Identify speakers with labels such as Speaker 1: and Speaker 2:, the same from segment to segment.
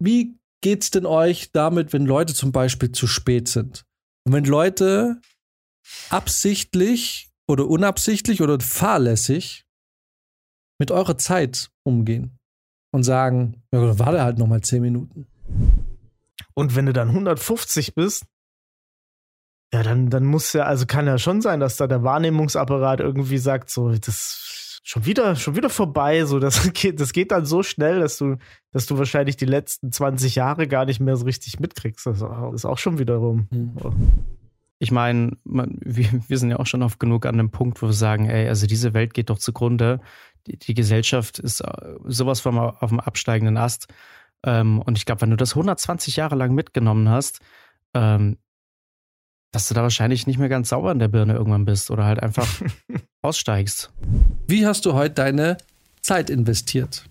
Speaker 1: wie geht's denn euch damit, wenn Leute zum Beispiel zu spät sind? Und wenn Leute absichtlich oder unabsichtlich oder fahrlässig mit eurer Zeit umgehen und sagen, ja, warte halt noch mal 10 Minuten.
Speaker 2: Und wenn du dann 150 bist, ja, dann muss ja, also kann ja schon sein, dass da der Wahrnehmungsapparat irgendwie sagt, so, das ist schon wieder vorbei, so, das geht dann so schnell, dass du wahrscheinlich die letzten 20 Jahre gar nicht mehr so richtig mitkriegst. Das ist auch schon wieder rum.
Speaker 3: Ich meine, wir sind ja auch schon oft genug an dem Punkt, wo wir sagen, ey, also diese Welt geht doch zugrunde. Die Gesellschaft ist sowas von auf dem absteigenden Ast. Und ich glaube, wenn du das 120 Jahre lang mitgenommen hast, dass du da wahrscheinlich nicht mehr ganz sauber in der Birne irgendwann bist oder halt einfach aussteigst.
Speaker 1: Wie hast du heute deine Zeit investiert?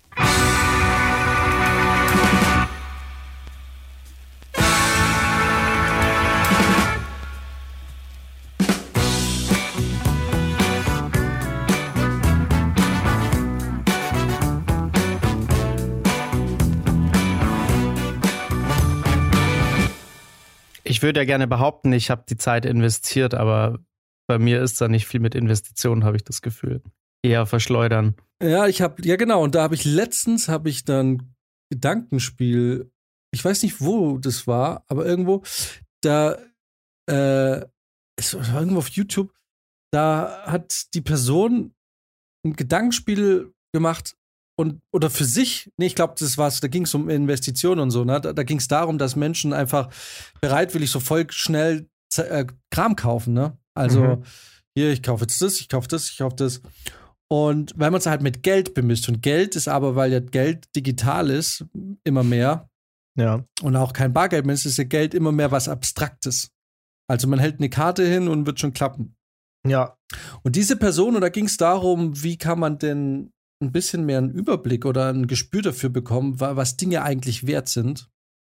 Speaker 3: Ich würde ja gerne behaupten, ich habe die Zeit investiert, aber bei mir ist da nicht viel mit Investitionen, habe ich das Gefühl. Eher verschleudern.
Speaker 1: Ja, genau. Und da habe ich letztens dann Gedankenspiel, ich weiß nicht, wo das war, aber irgendwo, es war irgendwo auf YouTube, da hat die Person ein Gedankenspiel gemacht oder für sich, ich glaube, da ging es um Investitionen und so, ne? Da ging es darum, dass Menschen einfach bereitwillig so voll schnell Kram kaufen, ne? Also, hier, ich kaufe jetzt das, ich kaufe das, ich kaufe das. Und weil man es halt mit Geld bemisst. Und Geld ist aber, weil ja Geld digital ist, immer mehr.
Speaker 2: Ja.
Speaker 1: Und auch kein Bargeld mehr, ist ja Geld immer mehr was Abstraktes. Also man hält eine Karte hin und wird schon klappen.
Speaker 2: Ja.
Speaker 1: Und diese Person, und da ging es darum, wie kann man denn ein bisschen mehr einen Überblick oder ein Gespür dafür bekommen, was Dinge eigentlich wert sind.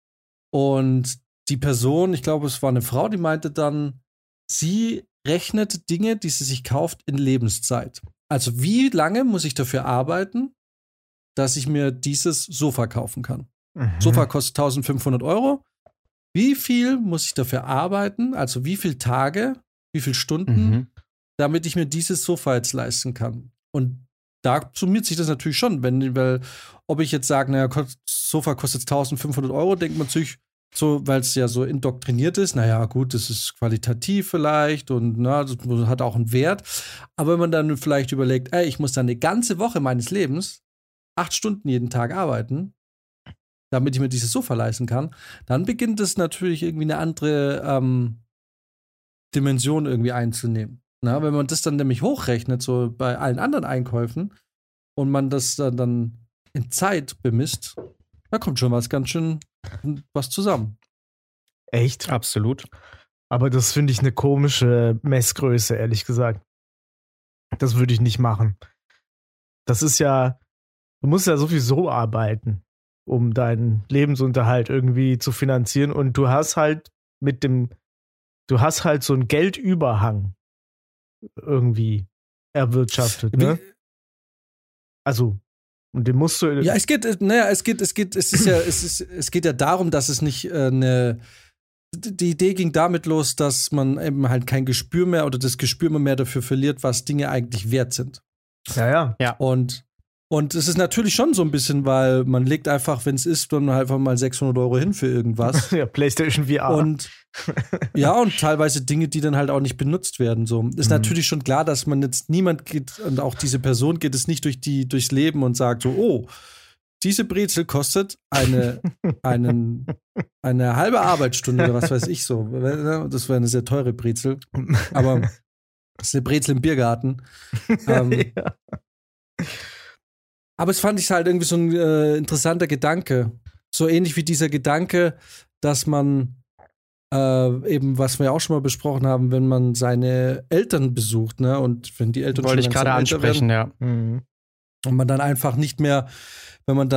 Speaker 1: Und die Person, ich glaube, es war eine Frau, die meinte dann, sie rechnet Dinge, die sie sich kauft, in Lebenszeit. Also wie lange muss ich dafür arbeiten, dass ich mir dieses Sofa kaufen kann? Sofa kostet 1.500 €. Wie viel muss ich dafür arbeiten, also wie viele Tage, wie viele Stunden, damit ich mir dieses Sofa jetzt leisten kann? Und da summiert sich das natürlich schon, weil ob ich jetzt sage, naja, Sofa kostet 1.500 €, denkt man sich so, weil es ja so indoktriniert ist, naja, gut, das ist qualitativ vielleicht und das hat auch einen Wert. Aber wenn man dann vielleicht überlegt, ich muss dann eine ganze Woche meines Lebens 8 Stunden jeden Tag arbeiten, damit ich mir dieses Sofa leisten kann, dann beginnt es natürlich irgendwie eine andere Dimension irgendwie einzunehmen. Na, wenn man das dann nämlich hochrechnet, so bei allen anderen Einkäufen, und man das dann in Zeit bemisst, da kommt schon ganz schön was zusammen.
Speaker 2: Echt?
Speaker 3: Absolut.
Speaker 2: Aber das finde ich eine komische Messgröße, ehrlich gesagt. Das würde ich nicht machen. Das ist ja, du musst ja sowieso arbeiten, um deinen Lebensunterhalt irgendwie zu finanzieren, und du hast halt so einen Geldüberhang irgendwie erwirtschaftet, ne? Also, und den musst du.
Speaker 1: Ja, es geht ja darum, dass es nicht die Idee ging damit los, dass man eben halt kein Gespür mehr oder das Gespür mehr dafür verliert, was Dinge eigentlich wert sind.
Speaker 2: Ja.
Speaker 1: Und es ist natürlich schon so ein bisschen, weil man legt einfach, wenn es ist, dann einfach mal 600 € hin für irgendwas.
Speaker 2: Ja, PlayStation VR.
Speaker 1: Und teilweise Dinge, die dann halt auch nicht benutzt werden. So. Ist natürlich schon klar, dass man jetzt niemand geht, und auch diese Person geht es nicht durchs Leben und sagt so, oh, diese Brezel kostet eine halbe Arbeitsstunde oder was weiß ich so. Das wäre eine sehr teure Brezel. Aber das ist eine Brezel im Biergarten.
Speaker 2: Ja.
Speaker 1: Aber es fand ich halt irgendwie so ein interessanter Gedanke. So ähnlich wie dieser Gedanke, dass man eben, was wir auch schon mal besprochen haben, wenn man seine Eltern besucht, ne? Und wenn die Eltern
Speaker 3: wollte ich gerade ansprechen,
Speaker 1: werden,
Speaker 3: ja.
Speaker 1: Und man dann einfach nicht mehr, wenn man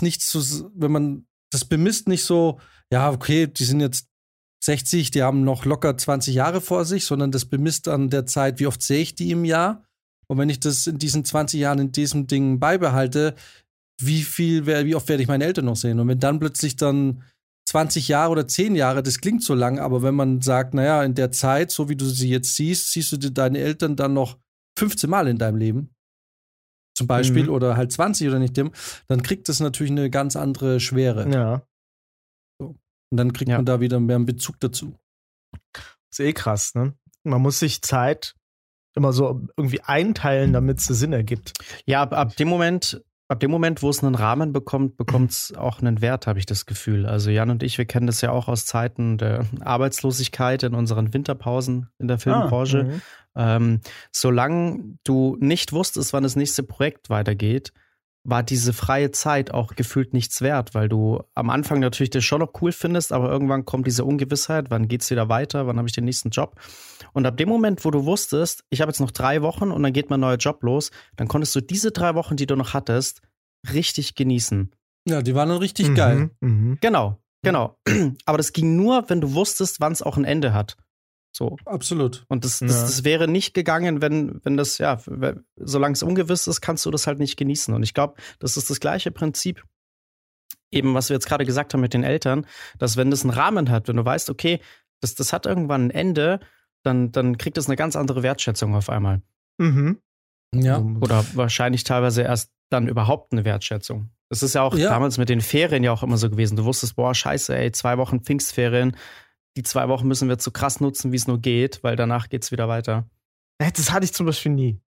Speaker 1: das bemisst nicht so, ja, okay, die sind jetzt 60, die haben noch locker 20 Jahre vor sich, sondern das bemisst an der Zeit, wie oft sehe ich die im Jahr? Und wenn ich das in diesen 20 Jahren in diesem Ding beibehalte, wie oft werde ich meine Eltern noch sehen? Und wenn dann plötzlich dann 20 Jahre oder 10 Jahre, das klingt so lang, aber wenn man sagt, naja, in der Zeit, so wie du sie jetzt siehst, siehst du dir deine Eltern dann noch 15 Mal in deinem Leben, zum Beispiel, oder halt 20 oder nicht dem, dann kriegt das natürlich eine ganz andere Schwere.
Speaker 2: Ja.
Speaker 1: So. Und dann kriegt man da wieder mehr einen Bezug dazu.
Speaker 2: Das ist krass, ne? Man muss sich Zeit immer so irgendwie einteilen, damit es Sinn ergibt.
Speaker 3: Ja, ab dem Moment, wo es einen Rahmen bekommt es auch einen Wert, habe ich das Gefühl. Also Jan und ich, wir kennen das ja auch aus Zeiten der Arbeitslosigkeit in unseren Winterpausen in der Filmbranche. Solange du nicht wusstest, wann das nächste Projekt weitergeht, war diese freie Zeit auch gefühlt nichts wert, weil du am Anfang natürlich das schon noch cool findest, aber irgendwann kommt diese Ungewissheit, wann geht's wieder weiter, wann habe ich den nächsten Job? Und ab dem Moment, wo du wusstest, ich habe jetzt noch 3 Wochen und dann geht mein neuer Job los, dann konntest du diese 3 Wochen, die du noch hattest, richtig genießen.
Speaker 1: Ja, die waren dann richtig geil.
Speaker 3: Genau. Aber das ging nur, wenn du wusstest, wann es auch ein Ende hat. So.
Speaker 1: Absolut.
Speaker 3: Und das wäre nicht gegangen, wenn das, solange es ungewiss ist, kannst du das halt nicht genießen. Und ich glaube, das ist das gleiche Prinzip, eben was wir jetzt gerade gesagt haben mit den Eltern, dass wenn das einen Rahmen hat, wenn du weißt, okay, das hat irgendwann ein Ende, dann kriegt es eine ganz andere Wertschätzung auf einmal.
Speaker 1: Ja.
Speaker 3: Oder wahrscheinlich teilweise erst dann überhaupt eine Wertschätzung. Das ist ja auch damals mit den Ferien ja auch immer so gewesen. Du wusstest, boah, scheiße, ey, 2 Wochen Pfingstferien, die 2 Wochen müssen wir jetzt so krass nutzen, wie es nur geht, weil danach geht's wieder weiter.
Speaker 2: Das hatte ich zum Beispiel nie.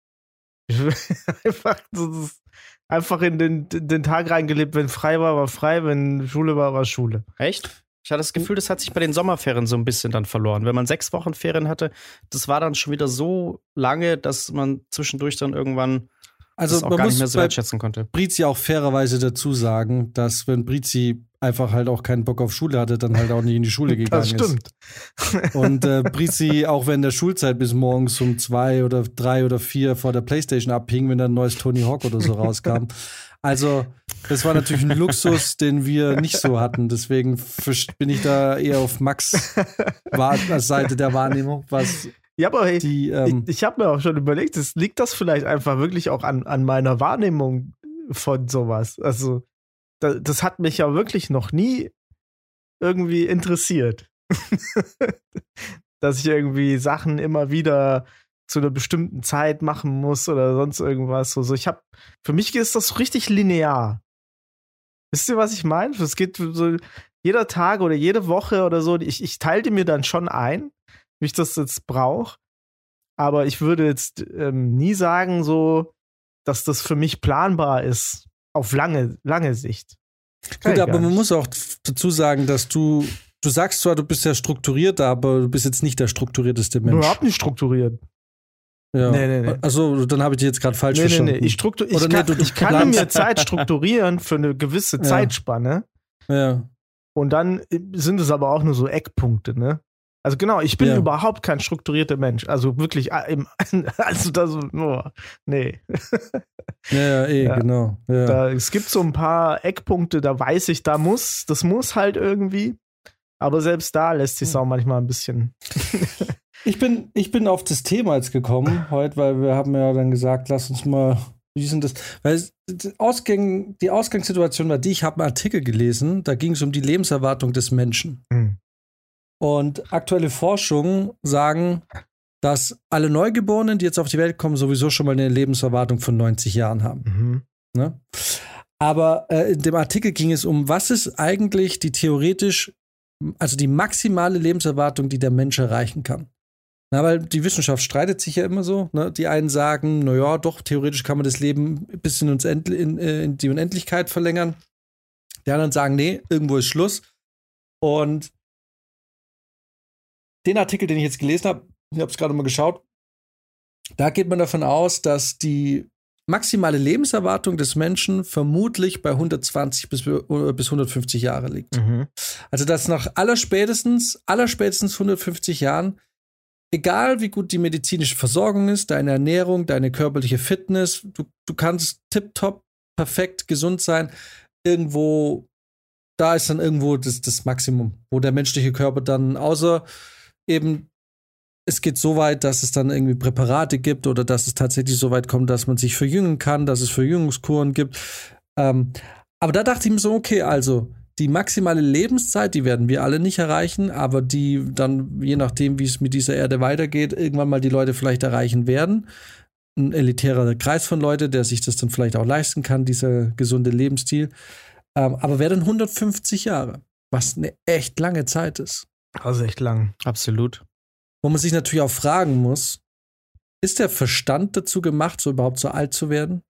Speaker 2: Einfach in den Tag reingelebt, wenn frei war frei, wenn Schule war Schule.
Speaker 3: Echt? Ich hatte das Gefühl, das hat sich bei den Sommerferien so ein bisschen dann verloren. Wenn man 6 Wochen Ferien hatte, das war dann schon wieder so lange, dass man zwischendurch dann irgendwann das auch gar nicht mehr so wertschätzen konnte.
Speaker 1: Brizi auch fairerweise dazu sagen, dass wenn Brizi einfach halt auch keinen Bock auf Schule hatte, dann halt auch nicht in die Schule gegangen ist. Das stimmt. Und Brizi auch während der Schulzeit bis morgens um 2 oder 3 oder 4 vor der Playstation abhing, wenn dann ein neues Tony Hawk oder so rauskam. Also das war natürlich ein Luxus, den wir nicht so hatten. Deswegen bin ich da eher auf Max Seite der Wahrnehmung, was
Speaker 2: ja, aber hey, ich habe mir auch schon überlegt, liegt das vielleicht einfach wirklich auch an meiner Wahrnehmung von sowas. Also das hat mich ja wirklich noch nie irgendwie interessiert. Dass ich irgendwie Sachen immer wieder zu einer bestimmten Zeit machen muss oder sonst irgendwas. So, für mich ist das so richtig linear. Wisst ihr, was ich meine? Es geht so jeder Tag oder jede Woche oder so. Ich teilte mir dann schon ein, wie ich das jetzt brauche. Aber ich würde jetzt nie sagen, so, dass das für mich planbar ist. Auf lange Sicht.
Speaker 1: Gut, aber man muss auch dazu sagen, dass du sagst zwar, du bist ja strukturiert, aber du bist jetzt nicht der strukturierteste Mensch.
Speaker 2: Überhaupt nicht strukturiert.
Speaker 1: Ja. Nee. Also, dann habe ich dich jetzt gerade falsch verstanden.
Speaker 2: Nee. Ich kann mir Zeit strukturieren für eine gewisse Zeitspanne.
Speaker 1: Ja.
Speaker 2: Und dann sind es aber auch nur so Eckpunkte, ne? Also genau, ich bin überhaupt kein strukturierter Mensch. Also wirklich, nee.
Speaker 1: Genau. Ja.
Speaker 2: Es gibt so ein paar Eckpunkte, da weiß ich, das muss halt irgendwie. Aber selbst da lässt sich es auch manchmal ein bisschen.
Speaker 1: Ich bin auf das Thema jetzt gekommen heute, weil wir haben ja dann gesagt, lass uns mal, wie sind das? Weil die Ausgangssituation war ich habe einen Artikel gelesen, da ging es um die Lebenserwartung des Menschen. Und aktuelle Forschungen sagen, dass alle Neugeborenen, die jetzt auf die Welt kommen, sowieso schon mal eine Lebenserwartung von 90 Jahren haben. Ne? Aber in dem Artikel ging es um, was ist eigentlich die maximale Lebenserwartung, die der Mensch erreichen kann. Na, weil die Wissenschaft streitet sich ja immer so. Ne? Die einen sagen, naja, doch, theoretisch kann man das Leben bis in die Unendlichkeit verlängern. Die anderen sagen, nee, irgendwo ist Schluss. Und den Artikel, den ich jetzt gelesen habe, ich habe es gerade mal geschaut, da geht man davon aus, dass die maximale Lebenserwartung des Menschen vermutlich bei 120 bis 150 Jahre liegt. Also dass nach allerspätestens 150 Jahren, egal wie gut die medizinische Versorgung ist, deine Ernährung, deine körperliche Fitness, du kannst tipptopp, perfekt gesund sein, irgendwo, da ist dann irgendwo das Maximum, wo der menschliche Körper dann, außer eben, es geht so weit, dass es dann irgendwie Präparate gibt oder dass es tatsächlich so weit kommt, dass man sich verjüngen kann, dass es Verjüngungskuren gibt. Aber da dachte ich mir so, okay, also die maximale Lebenszeit, die werden wir alle nicht erreichen, aber die dann, je nachdem, wie es mit dieser Erde weitergeht, irgendwann mal die Leute vielleicht erreichen werden. Ein elitärer Kreis von Leuten, der sich das dann vielleicht auch leisten kann, dieser gesunde Lebensstil. Aber wer dann 150 Jahre, was eine echt lange Zeit ist.
Speaker 2: Also echt lang.
Speaker 3: Absolut.
Speaker 1: Wo man sich natürlich auch fragen muss, ist der Verstand dazu gemacht, so überhaupt so alt zu werden?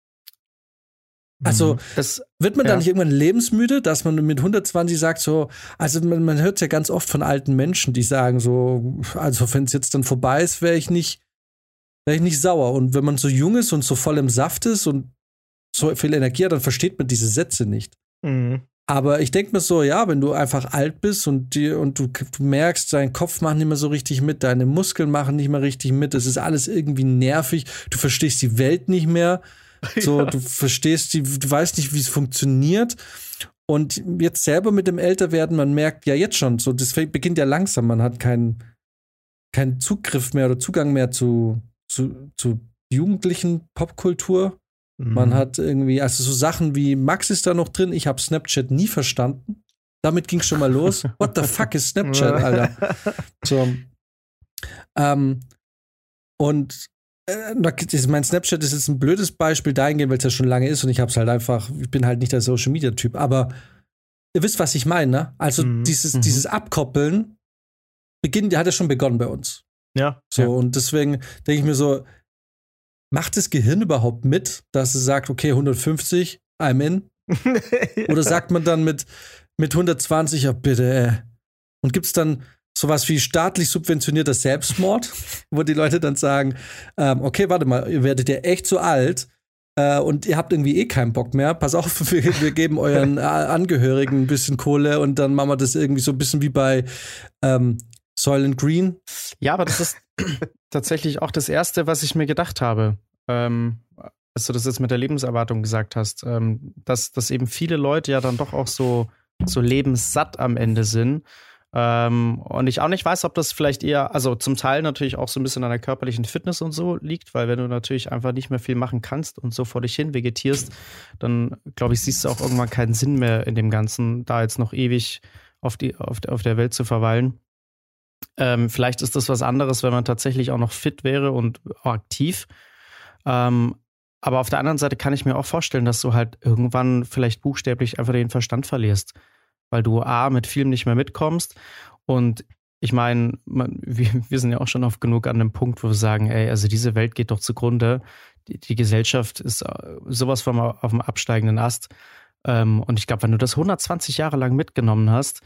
Speaker 1: Also wird man da nicht irgendwann lebensmüde, dass man mit 120 sagt so, also man hört es ja ganz oft von alten Menschen, die sagen so, also wenn es jetzt dann vorbei ist, wäre ich nicht sauer. Und wenn man so jung ist und so voll im Saft ist und so viel Energie hat, dann versteht man diese Sätze nicht.
Speaker 2: Mhm.
Speaker 1: Aber ich denke mir so, ja, wenn du einfach alt bist und du merkst, dein Kopf macht nicht mehr so richtig mit, deine Muskeln machen nicht mehr richtig mit, es ist alles irgendwie nervig, du verstehst die Welt nicht mehr. So, ja. Du weißt nicht, wie es funktioniert. Und jetzt selber mit dem Älterwerden, man merkt ja jetzt schon, so, das beginnt ja langsam, man hat keinen Zugriff mehr oder Zugang mehr zu jugendlichen Popkultur. Man hat irgendwie, also so Sachen wie Max ist da noch drin, ich habe Snapchat nie verstanden. Damit ging es schon mal los. What the fuck ist Snapchat, Alter? So. Und mein Snapchat ist jetzt ein blödes Beispiel dahingehend, weil es ja schon lange ist und ich bin halt nicht der Social-Media-Typ, aber ihr wisst, was ich meine, ne? Also dieses Abkoppeln hat ja schon begonnen bei uns.
Speaker 2: Ja.
Speaker 1: So,
Speaker 2: ja.
Speaker 1: Und deswegen denke ich mir so, macht das Gehirn überhaupt mit, dass es sagt, okay, 150, I'm in? Oder sagt man dann mit 120, ja bitte, Und gibt es dann sowas wie staatlich subventionierter Selbstmord, wo die Leute dann sagen, okay, warte mal, ihr werdet ja echt so alt und ihr habt irgendwie keinen Bock mehr. Pass auf, wir geben euren Angehörigen ein bisschen Kohle und dann machen wir das irgendwie so ein bisschen wie bei Soylent Green.
Speaker 3: Ja, aber das ist tatsächlich auch das Erste, was ich mir gedacht habe, als du das jetzt mit der Lebenserwartung gesagt hast, dass eben viele Leute ja dann doch auch so lebenssatt am Ende sind. Und ich auch nicht weiß, ob das vielleicht eher, also zum Teil natürlich auch so ein bisschen an der körperlichen Fitness und so liegt, weil wenn du natürlich einfach nicht mehr viel machen kannst und so vor dich hin vegetierst, dann, glaube ich, siehst du auch irgendwann keinen Sinn mehr in dem Ganzen, da jetzt noch ewig auf der Welt zu verweilen. Vielleicht ist das was anderes, wenn man tatsächlich auch noch fit wäre und auch aktiv. Aber auf der anderen Seite kann ich mir auch vorstellen, dass du halt irgendwann vielleicht buchstäblich einfach den Verstand verlierst, weil du mit vielem nicht mehr mitkommst. Und ich meine, wir sind ja auch schon oft genug an dem Punkt, wo wir sagen, also diese Welt geht doch zugrunde. Die Gesellschaft ist sowas von auf dem absteigenden Ast. Und ich glaube, wenn du das 120 Jahre lang mitgenommen hast,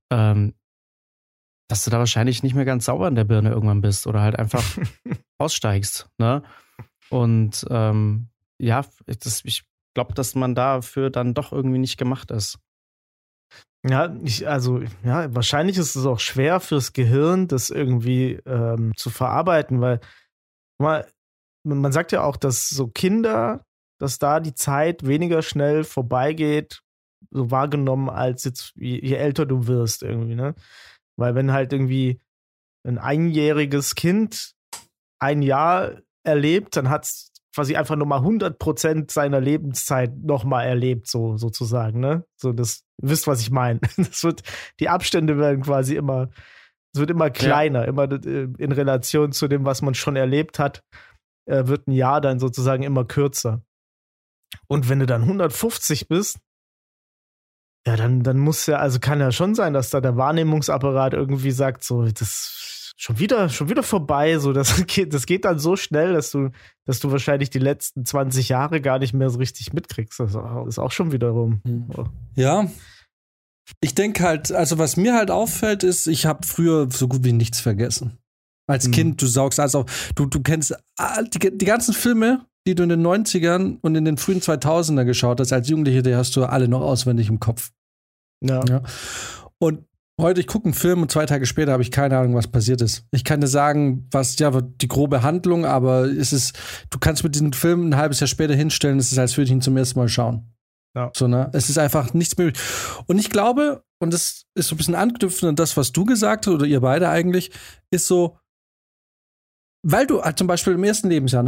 Speaker 3: dass du da wahrscheinlich nicht mehr ganz sauber in der Birne irgendwann bist oder halt einfach aussteigst. Ne? Und ich glaube, dass man dafür dann doch irgendwie nicht gemacht ist.
Speaker 2: Ja, wahrscheinlich ist es auch schwer fürs Gehirn, das irgendwie zu verarbeiten, weil man sagt ja auch, dass so Kinder, dass da die Zeit weniger schnell vorbeigeht, so wahrgenommen, als jetzt je älter du wirst irgendwie, ne? Weil wenn halt irgendwie ein einjähriges Kind ein Jahr erlebt, dann hat es quasi einfach nochmal 100% seiner Lebenszeit nochmal erlebt, so sozusagen, ne? So, das, ihr wisst, was ich meine. Die Abstände werden quasi es wird immer kleiner, immer in Relation zu dem, was man schon erlebt hat, wird ein Jahr dann sozusagen immer kürzer. Und wenn du dann 150 bist, ja, dann muss ja, also kann ja schon sein, dass da der Wahrnehmungsapparat irgendwie sagt, so, das schon wieder vorbei, so, das geht dann so schnell, dass du wahrscheinlich die letzten 20 Jahre gar nicht mehr so richtig mitkriegst. Das ist auch schon wieder rum.
Speaker 1: Ja. Ich denke halt, also was mir halt auffällt, ist, ich habe früher so gut wie nichts vergessen. Als Kind, du saugst alles auf. Du kennst die ganzen Filme, die du in den 90ern und in den frühen 2000er geschaut hast, als Jugendliche, die hast du alle noch auswendig im Kopf. Ja. Und heute, ich gucke einen Film und 2 Tage später habe ich keine Ahnung, was passiert ist. Ich kann dir sagen, die grobe Handlung, aber du kannst mit diesem Film ein halbes Jahr später hinstellen, es ist, als würde ich ihn zum ersten Mal schauen. Ja. So, ne? Es ist einfach nichts mehr. Und ich glaube, und das ist so ein bisschen anknüpfend an das, was du gesagt hast, oder ihr beide eigentlich, ist so, weil du zum Beispiel im ersten Lebensjahr, ne?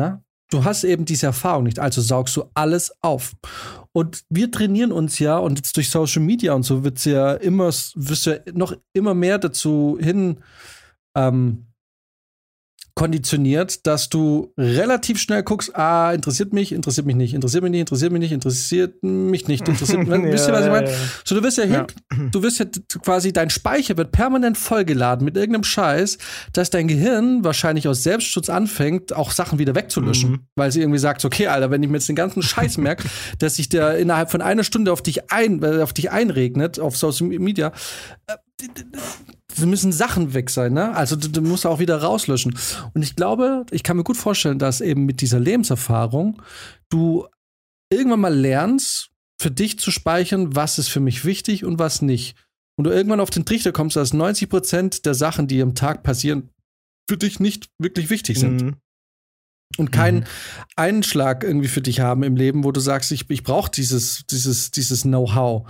Speaker 1: du hast eben diese Erfahrung nicht, also saugst du alles auf. Und wir trainieren uns ja, und jetzt durch Social Media und so wirst du ja noch immer mehr dazu hin konditioniert, dass du relativ schnell guckst, interessiert mich nicht. Wisst ihr, was ich meine?
Speaker 2: Ja.
Speaker 1: So, du wirst ja quasi, dein Speicher wird permanent vollgeladen mit irgendeinem Scheiß, dass dein Gehirn wahrscheinlich aus Selbstschutz anfängt, auch Sachen wieder wegzulöschen. Weil sie irgendwie sagt, okay, Alter, wenn ich mir jetzt den ganzen Scheiß merke, dass sich der innerhalb von einer Stunde auf dich einregnet, auf Social Media, es müssen Sachen weg sein, ne? Also du musst auch wieder rauslöschen. Und ich glaube, ich kann mir gut vorstellen, dass eben mit dieser Lebenserfahrung du irgendwann mal lernst, für dich zu speichern, was ist für mich wichtig und was nicht. Und du irgendwann auf den Trichter kommst, dass 90% der Sachen, die am Tag passieren, für dich nicht wirklich wichtig sind. Und keinen Einschlag irgendwie für dich haben im Leben, wo du sagst, ich brauche dieses Know-how.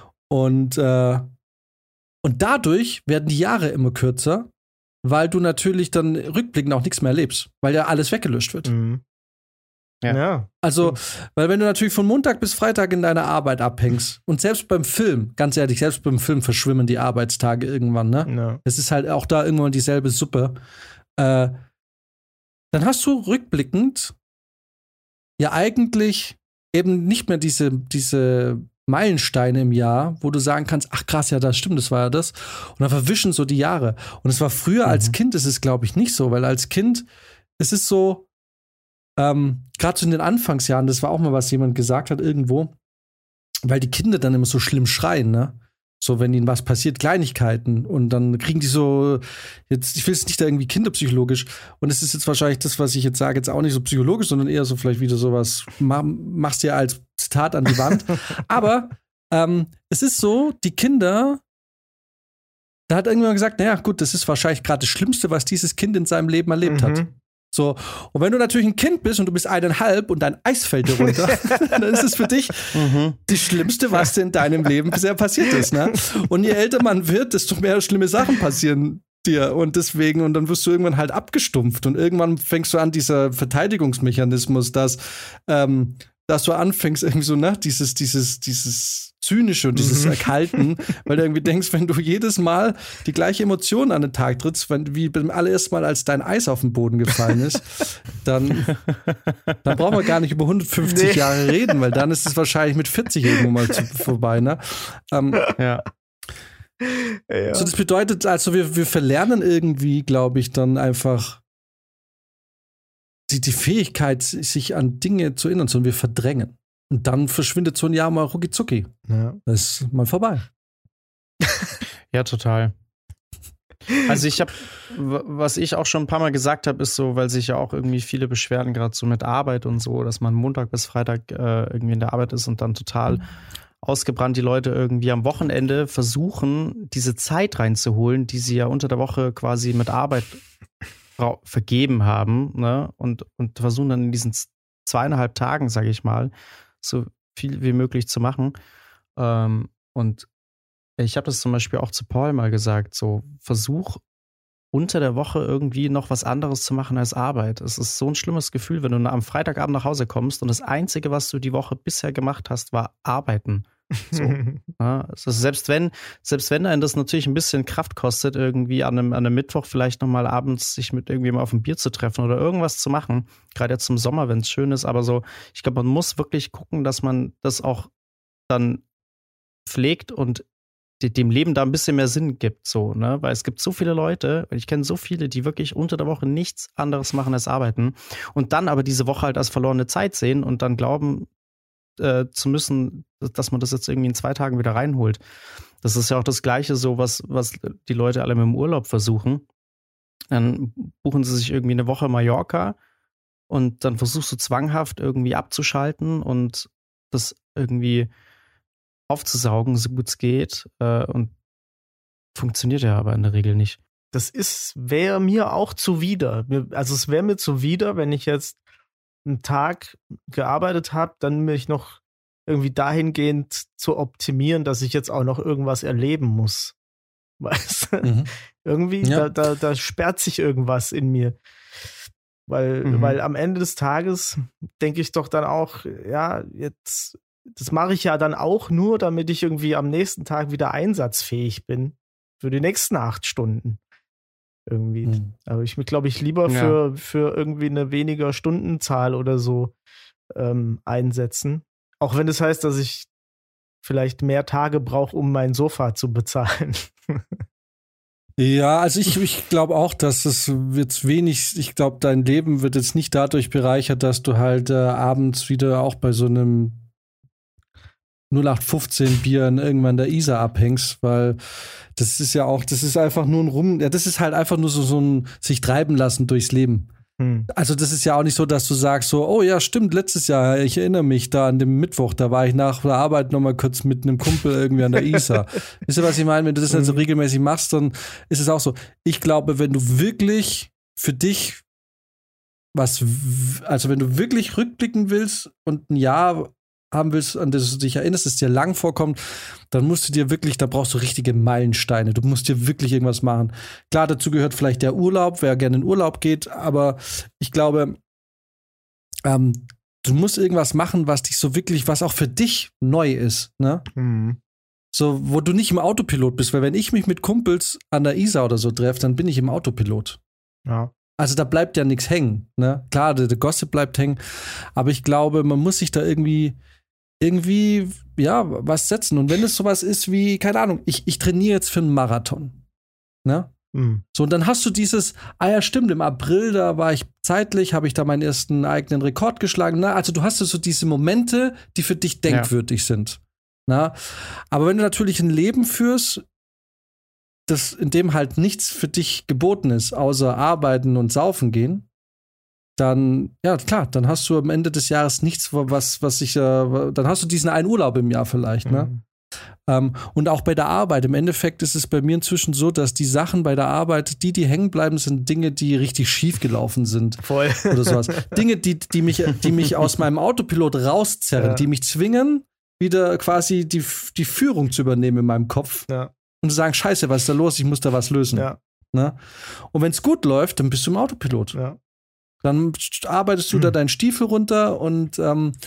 Speaker 1: Und dadurch werden die Jahre immer kürzer, weil du natürlich dann rückblickend auch nichts mehr erlebst, weil ja alles weggelöscht wird.
Speaker 2: Ja.
Speaker 1: Also, weil wenn du natürlich von Montag bis Freitag in deiner Arbeit abhängst und selbst beim Film, ganz ehrlich, selbst beim Film verschwimmen die Arbeitstage irgendwann, ne?
Speaker 2: Ja.
Speaker 1: Es ist halt auch da irgendwann dieselbe Suppe. Dann hast du rückblickend ja eigentlich eben nicht mehr diese Meilensteine im Jahr, wo du sagen kannst, ach krass, ja, das stimmt, das war ja das. Und dann verwischen so die Jahre. Und es war früher als Kind, ist es, glaube ich, nicht so, weil als Kind, es ist so, gerade so in den Anfangsjahren, das war auch mal, was jemand gesagt hat irgendwo, weil die Kinder dann immer so schlimm schreien, ne? So, wenn ihnen was passiert, Kleinigkeiten. Und dann kriegen die so, jetzt, ich will es nicht da irgendwie kinderpsychologisch. Und es ist jetzt wahrscheinlich das, was ich jetzt sage, jetzt auch nicht so psychologisch, sondern eher so vielleicht wieder sowas, machst dir als Zitat an die Wand. Aber es ist so, die Kinder, da hat irgendjemand gesagt, naja, gut, das ist wahrscheinlich gerade das Schlimmste, was dieses Kind in seinem Leben erlebt hat. So, und wenn du natürlich ein Kind bist und du bist 1,5 und dein Eis fällt dir runter, dann ist es für dich das Schlimmste, was dir in deinem Leben bisher passiert ist, ne? Und je älter man wird, desto mehr schlimme Sachen passieren dir. Und deswegen, und dann wirst du irgendwann halt abgestumpft. Und irgendwann fängst du an, dieser Verteidigungsmechanismus, dass du anfängst, irgendwie so, ne, dieses Zynische und dieses Erkalten, weil du irgendwie denkst, wenn du jedes Mal die gleiche Emotion an den Tag trittst, wie beim allerersten Mal, als dein Eis auf den Boden gefallen ist, dann brauchen wir gar nicht über 150 Jahre reden, weil dann ist es wahrscheinlich mit 40 irgendwo mal vorbei, ne?
Speaker 2: Ja.
Speaker 1: So, das bedeutet, also wir verlernen irgendwie, glaube ich, dann einfach die Fähigkeit, sich an Dinge zu erinnern, sondern wir verdrängen. Und dann verschwindet so ein Jahr mal rucki-zucki.
Speaker 2: Ja.
Speaker 1: Das ist mal vorbei.
Speaker 3: Ja, total. Also was ich auch schon ein paar Mal gesagt habe, ist so, weil sich ja auch irgendwie viele beschweren, gerade so mit Arbeit und so, dass man Montag bis Freitag irgendwie in der Arbeit ist und dann total ausgebrannt die Leute irgendwie am Wochenende versuchen, diese Zeit reinzuholen, die sie ja unter der Woche quasi mit Arbeit vergeben haben, ne? Und versuchen dann in diesen 2,5 Tagen, sage ich mal, so viel wie möglich zu machen. Und ich habe das zum Beispiel auch zu Paul mal gesagt, so versuch unter der Woche irgendwie noch was anderes zu machen als Arbeit. Es ist so ein schlimmes Gefühl, wenn du am Freitagabend nach Hause kommst und das Einzige, was du die Woche bisher gemacht hast, war arbeiten. So. Ja, also selbst wenn einen das natürlich ein bisschen Kraft kostet, irgendwie an einem Mittwoch vielleicht nochmal abends sich mit irgendjemandem auf ein Bier zu treffen oder irgendwas zu machen, gerade jetzt im Sommer, wenn es schön ist, aber so, ich glaube, man muss wirklich gucken, dass man das auch dann pflegt und dem Leben da ein bisschen mehr Sinn gibt, so, ne, weil es gibt so viele Leute, ich kenne so viele, die wirklich unter der Woche nichts anderes machen als arbeiten und dann aber diese Woche halt als verlorene Zeit sehen und dann glauben zu müssen, dass man das jetzt irgendwie in 2 Tagen wieder reinholt. Das ist ja auch das Gleiche so, was die Leute alle mit dem Urlaub versuchen. Dann buchen sie sich irgendwie eine Woche Mallorca und dann versuchst du zwanghaft irgendwie abzuschalten und das irgendwie aufzusaugen, so gut es geht. Und funktioniert ja aber in der Regel nicht.
Speaker 2: Das wäre mir auch zuwider. Also es wäre mir zuwider, wenn ich jetzt einen Tag gearbeitet habe, dann mich noch irgendwie dahingehend zu optimieren, dass ich jetzt auch noch irgendwas erleben muss. Weißt du? Irgendwie, da sperrt sich irgendwas in mir. Weil am Ende des Tages denke ich doch dann auch, ja, jetzt, das mache ich ja dann auch nur, damit ich irgendwie am nächsten Tag wieder einsatzfähig bin. Für die nächsten 8 Stunden. Irgendwie. Aber ich glaube, ich lieber für irgendwie eine weniger Stundenzahl oder so einsetzen. Auch wenn das heißt, dass ich vielleicht mehr Tage brauche, um mein Sofa zu bezahlen.
Speaker 1: Ja, also ich glaube auch, dass es jetzt wenig, ich glaube, dein Leben wird jetzt nicht dadurch bereichert, dass du halt abends wieder auch bei so einem 0815 Bier irgendwann der Isar abhängst, weil das ist ja auch, das ist einfach nur das ist halt einfach nur so ein sich treiben lassen durchs Leben. Also das ist ja auch nicht so, dass du sagst so, oh ja, stimmt, letztes Jahr, ich erinnere mich da an dem Mittwoch, da war ich nach der Arbeit noch mal kurz mit einem Kumpel irgendwie an der Isar. Wisst ihr, was ich meine? Wenn du das halt so regelmäßig machst, dann ist es auch so. Ich glaube, wenn du wirklich für dich also wenn du wirklich rückblicken willst und ein Jahr haben willst, an das du dich erinnerst, das dir lang vorkommt, dann musst du dir wirklich, da brauchst du richtige Meilensteine. Du musst dir wirklich irgendwas machen. Klar, dazu gehört vielleicht der Urlaub, wer gerne in Urlaub geht, aber ich glaube, du musst irgendwas machen, was dich so wirklich, was auch für dich neu ist, ne? So, wo du nicht im Autopilot bist, weil wenn ich mich mit Kumpels an der Isar oder so treffe, dann bin ich im Autopilot.
Speaker 2: Ja.
Speaker 1: Also da bleibt ja nichts hängen, ne? Klar, der Gossip bleibt hängen, aber ich glaube, man muss sich da irgendwie ja, was setzen. Und wenn es sowas ist wie, keine Ahnung, ich trainiere jetzt für einen Marathon. Ne? So, und dann hast du dieses, ja, stimmt, im April, da war ich zeitlich, habe ich da meinen ersten eigenen Rekord geschlagen. Na, also du hast so diese Momente, die für dich denkwürdig sind. Na? Aber wenn du natürlich ein Leben führst, in dem halt nichts für dich geboten ist, außer arbeiten und saufen gehen, dann, ja, klar, dann hast du am Ende des Jahres nichts, dann hast du diesen einen Urlaub im Jahr vielleicht, ne? Und auch bei der Arbeit, im Endeffekt ist es bei mir inzwischen so, dass die Sachen bei der Arbeit, die hängen bleiben, sind Dinge, die richtig schief gelaufen sind.
Speaker 2: Voll.
Speaker 1: Oder sowas. Dinge, die mich aus meinem Autopilot rauszerren, die mich zwingen, wieder quasi die Führung zu übernehmen in meinem Kopf.
Speaker 2: Ja.
Speaker 1: Und zu sagen, scheiße, was ist da los? Ich muss da was lösen.
Speaker 2: Ja.
Speaker 1: Ne? Und wenn es gut läuft, dann bist du im Autopilot.
Speaker 2: Ja.
Speaker 1: Dann arbeitest du da deinen Stiefel runter und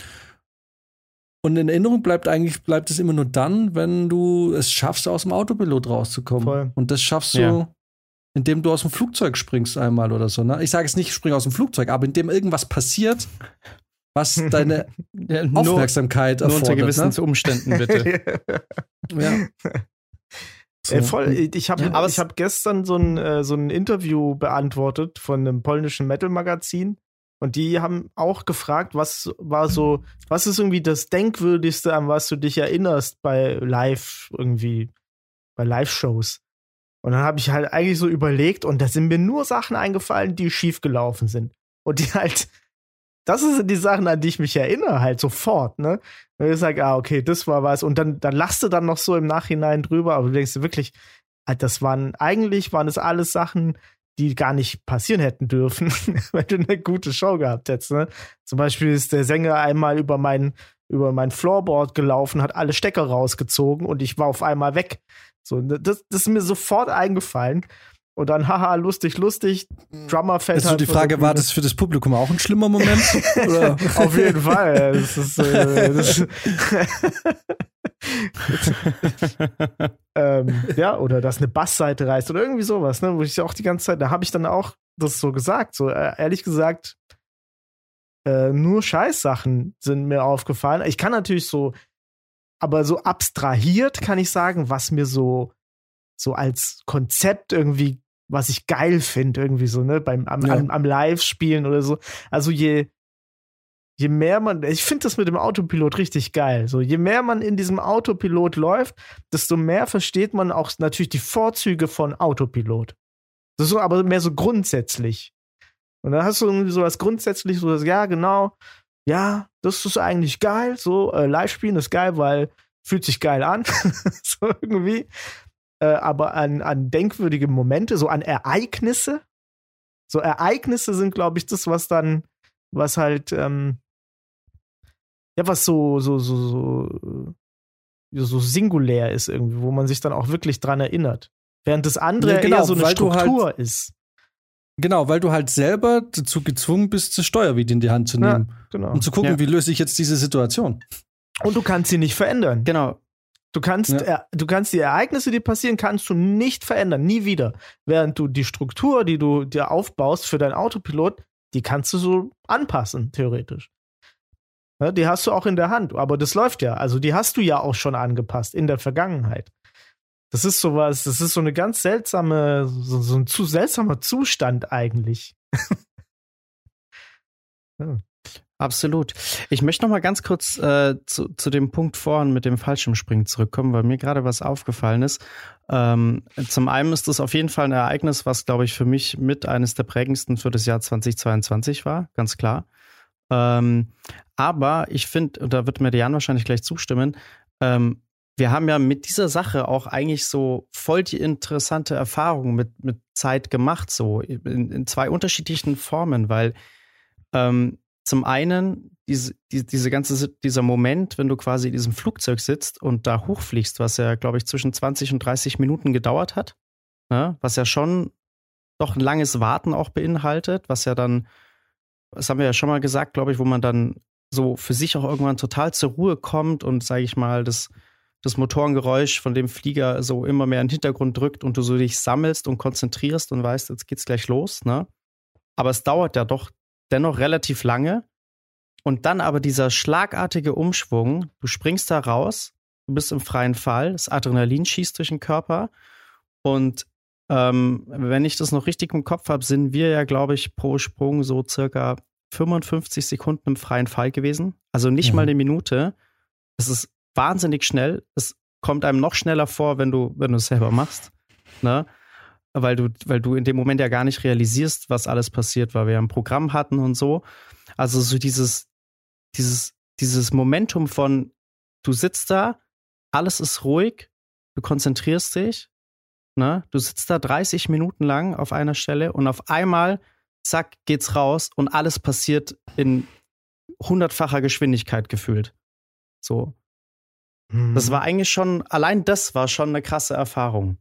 Speaker 1: in Erinnerung bleibt es immer nur dann, wenn du es schaffst, aus dem Autopilot rauszukommen.
Speaker 2: Voll.
Speaker 1: Und das schaffst du, indem du aus dem Flugzeug springst einmal oder so. Ne? Ich sage jetzt nicht, spring aus dem Flugzeug, aber indem irgendwas passiert, was deine Aufmerksamkeit erfordert.
Speaker 3: Nur unter gewissen Umständen, bitte.
Speaker 1: Ja.
Speaker 2: So. Voll. Ich hab gestern so ein Interview beantwortet von einem polnischen Metal-Magazin und die haben auch gefragt, was ist irgendwie das Denkwürdigste, an was du dich erinnerst bei Live-Shows. Und dann habe ich halt eigentlich so überlegt und da sind mir nur Sachen eingefallen, die schief gelaufen sind. Und die halt, das sind die Sachen, an die ich mich erinnere, halt sofort, ne? Und ich sage, okay, das war was. Und dann lachst du dann noch so im Nachhinein drüber, aber du denkst dir wirklich, eigentlich waren es alles Sachen, die gar nicht passieren hätten dürfen, wenn du eine gute Show gehabt hättest, ne? Zum Beispiel ist der Sänger einmal über mein Floorboard gelaufen, hat alle Stecker rausgezogen und ich war auf einmal weg. So, das ist mir sofort eingefallen. Und dann, haha, lustig, Drummer fällt
Speaker 1: halt. Also die Frage, war das für das Publikum auch ein schlimmer Moment? Oder?
Speaker 2: Auf jeden Fall. Das ist, oder dass eine Bassseite reißt oder irgendwie sowas, ne? Wo ich auch die ganze Zeit, da habe ich dann auch das so gesagt, so ehrlich gesagt, nur Scheißsachen sind mir aufgefallen. Ich kann natürlich aber so abstrahiert kann ich sagen, was mir so als Konzept irgendwie, was ich geil finde, irgendwie so, ne, am Live-Spielen oder so. Also je mehr ich finde das mit dem Autopilot richtig geil. So, je mehr man in diesem Autopilot läuft, desto mehr versteht man auch natürlich die Vorzüge von Autopilot. Das ist so, aber mehr so grundsätzlich. Und dann hast du irgendwie sowas grundsätzlich, so, ja, genau, ja, das ist eigentlich geil, so, Live-Spielen ist geil, weil fühlt sich geil an, so irgendwie. Aber an denkwürdige Momente, so an Ereignisse. So Ereignisse sind, glaube ich, das, was halt, was so singulär ist irgendwie, wo man sich dann auch wirklich dran erinnert. Während das andere eher so eine Struktur ist.
Speaker 1: Genau, weil du halt selber dazu gezwungen bist, das Steuer wieder in die Hand zu nehmen.
Speaker 2: Ja, genau.
Speaker 1: Und zu gucken, wie löse ich jetzt diese Situation.
Speaker 2: Und du kannst sie nicht verändern.
Speaker 3: Genau.
Speaker 2: Du kannst die Ereignisse, die passieren, kannst du nicht verändern, nie wieder. Während du die Struktur, die du dir aufbaust für deinen Autopilot, die kannst du so anpassen, theoretisch. Ja, die hast du auch in der Hand, aber das läuft ja. Also die hast du ja auch schon angepasst in der Vergangenheit. Das ist sowas, das ist so eine ganz seltsame, so ein zu seltsamer Zustand eigentlich.
Speaker 3: Ja. Absolut. Ich möchte noch mal ganz kurz zu dem Punkt vorhin mit dem Fallschirmspringen zurückkommen, weil mir gerade was aufgefallen ist. Zum einen ist das auf jeden Fall ein Ereignis, was, glaube ich, für mich mit eines der prägendsten für das Jahr 2022 war, ganz klar. Aber ich finde, und da wird mir Jan wahrscheinlich gleich zustimmen, wir haben ja mit dieser Sache auch eigentlich so voll die interessante Erfahrung mit Zeit gemacht, so in zwei unterschiedlichen Formen, weil zum einen dieser Moment, wenn du quasi in diesem Flugzeug sitzt und da hochfliegst, was ja, glaube ich, zwischen 20 und 30 Minuten gedauert hat, ne? Was ja schon doch ein langes Warten auch beinhaltet, was ja dann, das haben wir ja schon mal gesagt, glaube ich, wo man dann so für sich auch irgendwann total zur Ruhe kommt und, sage ich mal, das Motorengeräusch von dem Flieger so immer mehr in den Hintergrund drückt und du so dich sammelst und konzentrierst und weißt, jetzt geht's gleich los, ne? Aber es dauert ja doch dennoch relativ lange. Und dann aber dieser schlagartige Umschwung, du springst da raus, du bist im freien Fall, das Adrenalin schießt durch den Körper und wenn ich das noch richtig im Kopf habe, sind wir ja, glaube ich, pro Sprung so circa 55 Sekunden im freien Fall gewesen. Also nicht mal eine Minute. Es ist wahnsinnig schnell. Es kommt einem noch schneller vor, wenn du es selber machst. Ne? Weil du in dem Moment ja gar nicht realisierst, was alles passiert, weil wir ja ein Programm hatten und so. Also so dieses Momentum von, du sitzt da, alles ist ruhig, du konzentrierst dich, ne? Du sitzt da 30 Minuten lang auf einer Stelle und auf einmal, zack, geht's raus und alles passiert in 100-facher Geschwindigkeit gefühlt. So. Das war eigentlich schon, allein das war schon eine krasse Erfahrung.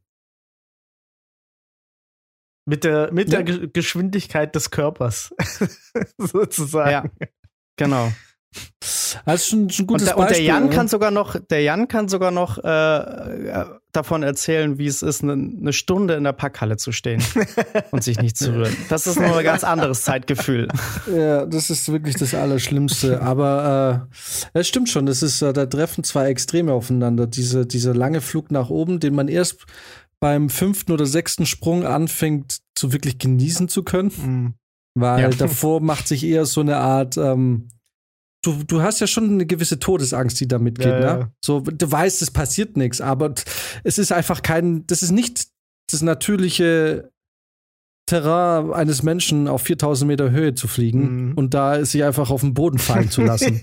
Speaker 2: Mit der Geschwindigkeit des Körpers, sozusagen.
Speaker 3: Ja, genau.
Speaker 1: Das ist schon ein gutes Beispiel.
Speaker 3: Und der Jan kann sogar noch davon erzählen, wie es ist, eine Stunde in der Packhalle zu stehen und sich nicht zu rühren. Das ist nur ein ganz anderes Zeitgefühl.
Speaker 1: Ja, das ist wirklich das Allerschlimmste. Aber es stimmt schon, das ist, da treffen zwei Extreme aufeinander. Dieser lange Flug nach oben, den man erst beim 5. oder 6. Sprung anfängt zu wirklich genießen zu können. Weil davor macht sich eher so eine Art Du hast ja schon eine gewisse Todesangst, die da mitgeht, ne? So, du weißt, es passiert nichts, aber es ist einfach das ist nicht das natürliche Terrain eines Menschen, auf 4000 Meter Höhe zu fliegen und da sich einfach auf den Boden fallen zu lassen.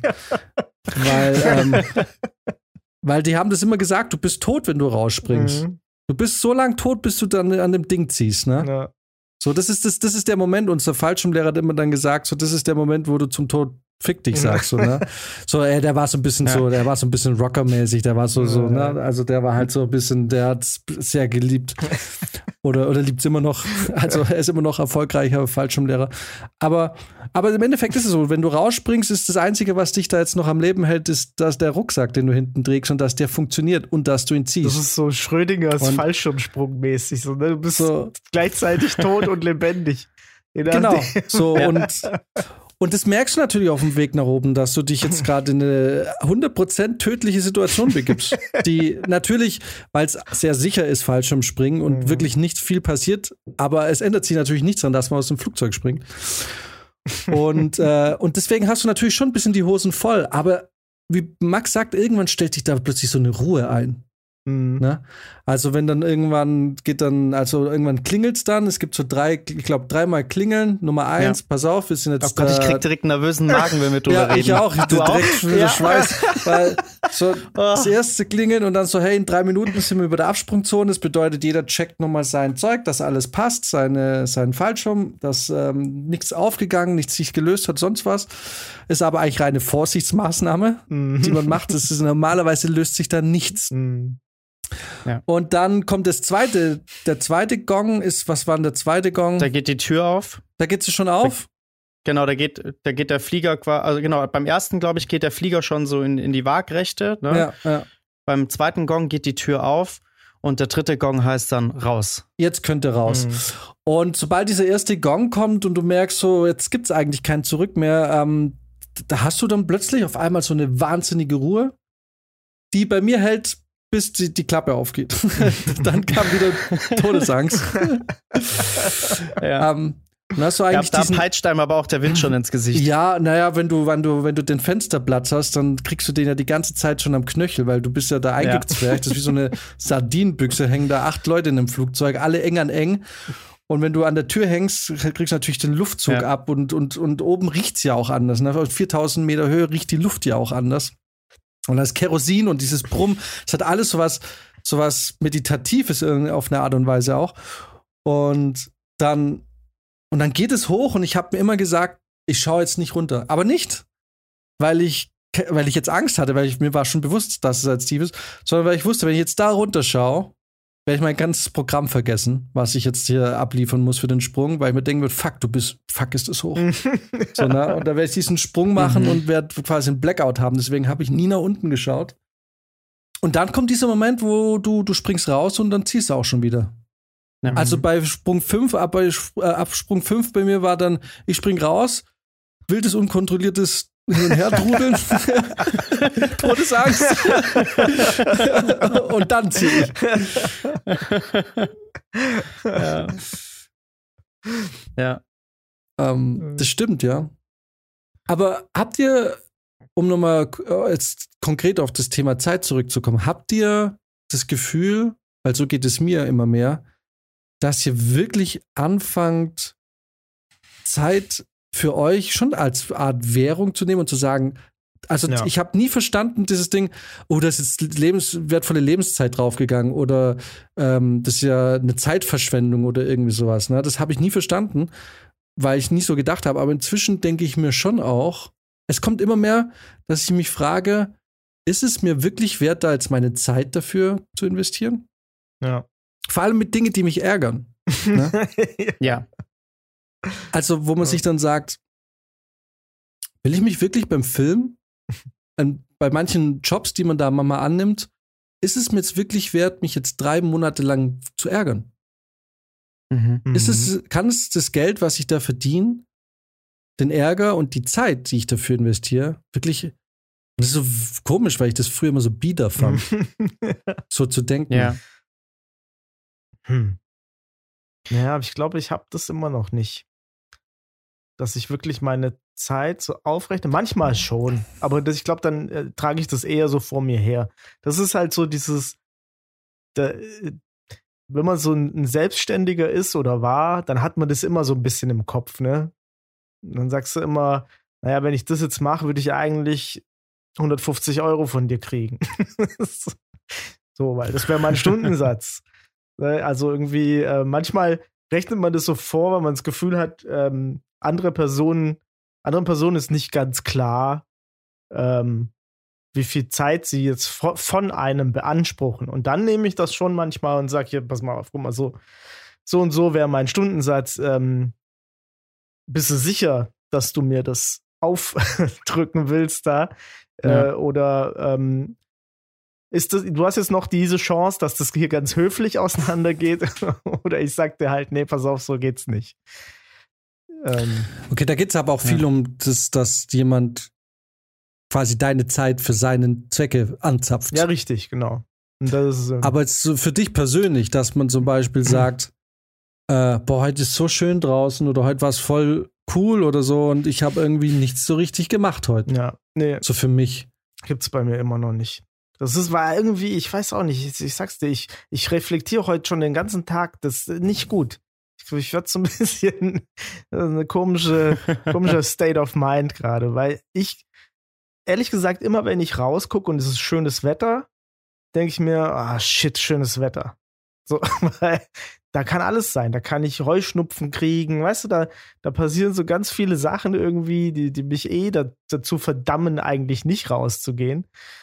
Speaker 1: Weil die haben das immer gesagt, du bist tot, wenn du rausspringst. Du bist so lang tot, bis du dann an dem Ding ziehst, ne? Ja. So, das ist der Moment, unser Fallschirmlehrer hat immer dann gesagt, so, das ist der Moment, wo du zum Tod fick dich, sagst du, ne? So, der war so ein bisschen der war so ein bisschen rockermäßig, der war so, ne? Also der war halt so ein bisschen, der hat's sehr geliebt. Oder liebt's immer noch. Also er ist immer noch erfolgreicher Fallschirmlehrer. Aber im Endeffekt ist es so, wenn du rausspringst, ist das Einzige, was dich da jetzt noch am Leben hält, ist, dass der Rucksack, den du hinten trägst und dass der funktioniert und dass du ihn ziehst.
Speaker 2: Das ist so Schrödingers Fallschirmsprung mäßig. So, ne? Du bist so gleichzeitig tot und lebendig.
Speaker 1: Genau. So, und das merkst du natürlich auf dem Weg nach oben, dass du dich jetzt gerade in eine 100% tödliche Situation begibst, die natürlich, weil es sehr sicher ist, Fallschirmspringen und wirklich nicht viel passiert, aber es ändert sich natürlich nichts daran, dass man aus dem Flugzeug springt. Und deswegen hast du natürlich schon ein bisschen die Hosen voll, aber wie Max sagt, irgendwann stellt sich da plötzlich so eine Ruhe ein. Ne? Also wenn dann irgendwann klingelt's dann, es gibt so dreimal klingeln, Nummer 1, pass auf, wir sind jetzt
Speaker 3: oh Gott, ich krieg direkt einen nervösen Magen, wenn wir drüber reden.
Speaker 1: Ich auch, du direkt Schweiß, weil so das erste klingeln und dann so, hey, in 3 Minuten sind wir über der Absprungzone, das bedeutet, jeder checkt nochmal sein Zeug, dass alles passt, seinen Fallschirm, dass nichts aufgegangen, nichts sich gelöst hat, sonst was, ist aber eigentlich reine Vorsichtsmaßnahme, die man macht, normalerweise löst sich da nichts.
Speaker 3: Ja.
Speaker 1: Und dann kommt der zweite Gong ist, was war denn der zweite Gong?
Speaker 3: Da geht die Tür auf.
Speaker 1: Da geht sie schon auf?
Speaker 3: Genau, da geht der Flieger quasi, also genau, beim ersten, glaube ich, geht der Flieger schon so in die Waagrechte. Ne?
Speaker 1: Ja.
Speaker 3: Beim zweiten Gong geht die Tür auf und der dritte Gong heißt dann raus.
Speaker 1: Jetzt könnte raus. Und sobald dieser erste Gong kommt und du merkst so, jetzt gibt's eigentlich kein Zurück mehr, da hast du dann plötzlich auf einmal so eine wahnsinnige Ruhe, die bei mir hält, bis die Klappe aufgeht. Dann kam wieder Todesangst.
Speaker 3: Ja.
Speaker 1: Dann hast du eigentlich
Speaker 3: da peitscht einem aber auch der Wind schon ins Gesicht.
Speaker 1: Ja, naja, wenn du den Fensterplatz hast, dann kriegst du den ja die ganze Zeit schon am Knöchel, weil du bist ja da eingezwergt. Das ist wie so eine Sardinenbüchse, hängen da 8 Leute in einem Flugzeug, alle eng an eng. Und wenn du an der Tür hängst, kriegst du natürlich den Luftzug ab und oben riecht's ja auch anders. Ne? Auf 4000 Meter Höhe riecht die Luft ja auch anders. Und das Kerosin und dieses Brumm, das hat alles sowas Meditatives auf eine Art und Weise auch. Und dann geht es hoch und ich habe mir immer gesagt, ich schaue jetzt nicht runter. Aber nicht, weil ich jetzt Angst hatte, mir war schon bewusst, dass es als tief ist, sondern weil ich wusste, wenn ich jetzt da runterschaue, werde ich mein ganzes Programm vergessen, was ich jetzt hier abliefern muss für den Sprung, weil ich mir denken würde, fuck, ist das hoch. So, ne? Und da werde ich diesen Sprung machen und werde quasi einen Blackout haben. Deswegen habe ich nie nach unten geschaut. Und dann kommt dieser Moment, wo du springst raus und dann ziehst du auch schon wieder. Also bei Sprung 5, ab Sprung 5 bei mir war dann, ich spring raus, wildes, unkontrolliertes Hin- und Herdrudeln, Todesangst und dann zieh ich.
Speaker 3: Ja.
Speaker 1: Das stimmt, ja. Aber habt ihr, um nochmal jetzt konkret auf das Thema Zeit zurückzukommen, habt ihr das Gefühl, weil so geht es mir immer mehr, dass ihr wirklich anfangt, Zeit für euch schon als Art Währung zu nehmen und zu sagen, also ich habe nie verstanden, dieses Ding, da ist jetzt wertvolle Lebenszeit draufgegangen oder das ist ja eine Zeitverschwendung oder irgendwie sowas. Ne? Das habe ich nie verstanden, weil ich nicht so gedacht habe. Aber inzwischen denke ich mir schon auch, es kommt immer mehr, dass ich mich frage, ist es mir wirklich wert, da jetzt meine Zeit dafür zu investieren?
Speaker 2: Ja.
Speaker 1: Vor allem mit Dingen, die mich ärgern. Ne?
Speaker 3: Ja.
Speaker 1: Also, wo man sich dann sagt, will ich mich wirklich beim Film, bei manchen Jobs, die man da mal annimmt, ist es mir jetzt wirklich wert, mich jetzt 3 Monate lang zu ärgern? Kann es das Geld, was ich da verdiene, den Ärger und die Zeit, die ich dafür investiere, wirklich, das ist so komisch, weil ich das früher immer so bieder fand, so zu denken.
Speaker 2: Ja. Ja, aber ich glaube, ich habe das immer noch nicht. Dass ich wirklich meine Zeit so aufrechne. Manchmal schon, aber ich glaube, dann trage ich das eher so vor mir her. Das ist halt so dieses, wenn man so ein Selbstständiger ist oder war, dann hat man das immer so ein bisschen im Kopf, ne? Und dann sagst du immer, naja, wenn ich das jetzt mache, würde ich eigentlich 150 € von dir kriegen. So, weil das wäre mein Stundensatz. Also irgendwie, manchmal rechnet man das so vor, weil man das Gefühl hat, anderen Personen ist nicht ganz klar, wie viel Zeit sie jetzt von einem beanspruchen. Und dann nehme ich das schon manchmal und sage, hier, pass mal auf, guck mal, so und so wäre mein Stundensatz. Bist du sicher, dass du mir das aufdrücken willst da? Ja. Oder du hast jetzt noch diese Chance, dass das hier ganz höflich auseinandergeht? Oder ich sag dir halt, nee, pass auf, so geht's nicht.
Speaker 1: Okay, da geht es aber auch viel um das, dass jemand quasi deine Zeit für seine Zwecke anzapft.
Speaker 2: Ja, richtig, genau. Und das ist,
Speaker 1: aber jetzt so für dich persönlich, dass man zum Beispiel sagt, heute ist so schön draußen oder heute war es voll cool oder so und ich habe irgendwie nichts so richtig gemacht heute.
Speaker 2: Ja, nee.
Speaker 1: So für mich.
Speaker 2: Gibt's bei mir immer noch nicht. War irgendwie, ich weiß auch nicht, ich sag's dir, ich reflektiere heute schon den ganzen Tag, das ist nicht gut. Ich werde so ein bisschen eine komische State of Mind gerade, weil ich, ehrlich gesagt, immer wenn ich rausgucke und es ist schönes Wetter, denke ich mir, shit, schönes Wetter. So, weil da kann alles sein, da kann ich Heuschnupfen kriegen, weißt du, da passieren so ganz viele Sachen irgendwie, die mich dazu verdammen, eigentlich nicht rauszugehen.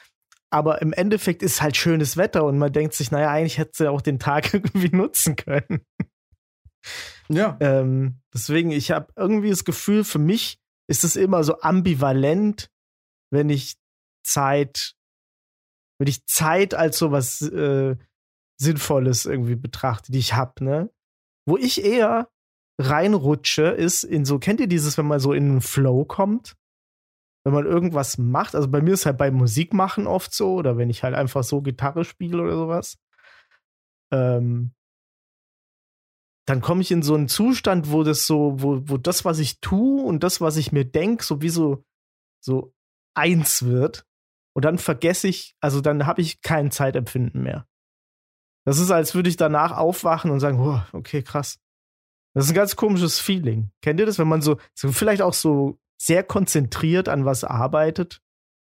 Speaker 2: aber im Endeffekt ist halt schönes Wetter und man denkt sich, naja, eigentlich hätte sie auch den Tag irgendwie nutzen können.
Speaker 1: Ja.
Speaker 2: Deswegen, ich habe irgendwie das Gefühl, für mich ist es immer so ambivalent, wenn ich Zeit als so was Sinnvolles irgendwie betrachte, die ich habe, ne? Wo ich eher reinrutsche, ist in so, kennt ihr dieses, wenn man so in einen Flow kommt? Wenn man irgendwas macht, also bei mir ist halt beim Musik machen oft so, oder wenn ich halt einfach so Gitarre spiele oder sowas, dann komme ich in so einen Zustand, wo das so, wo das, was ich tue und das, was ich mir denke, sowieso so eins wird. Und dann vergesse ich, also dann habe ich kein Zeitempfinden mehr. Das ist, als würde ich danach aufwachen und sagen, oh, okay, krass. Das ist ein ganz komisches Feeling. Kennt ihr das, wenn man so vielleicht auch so sehr konzentriert an was arbeitet?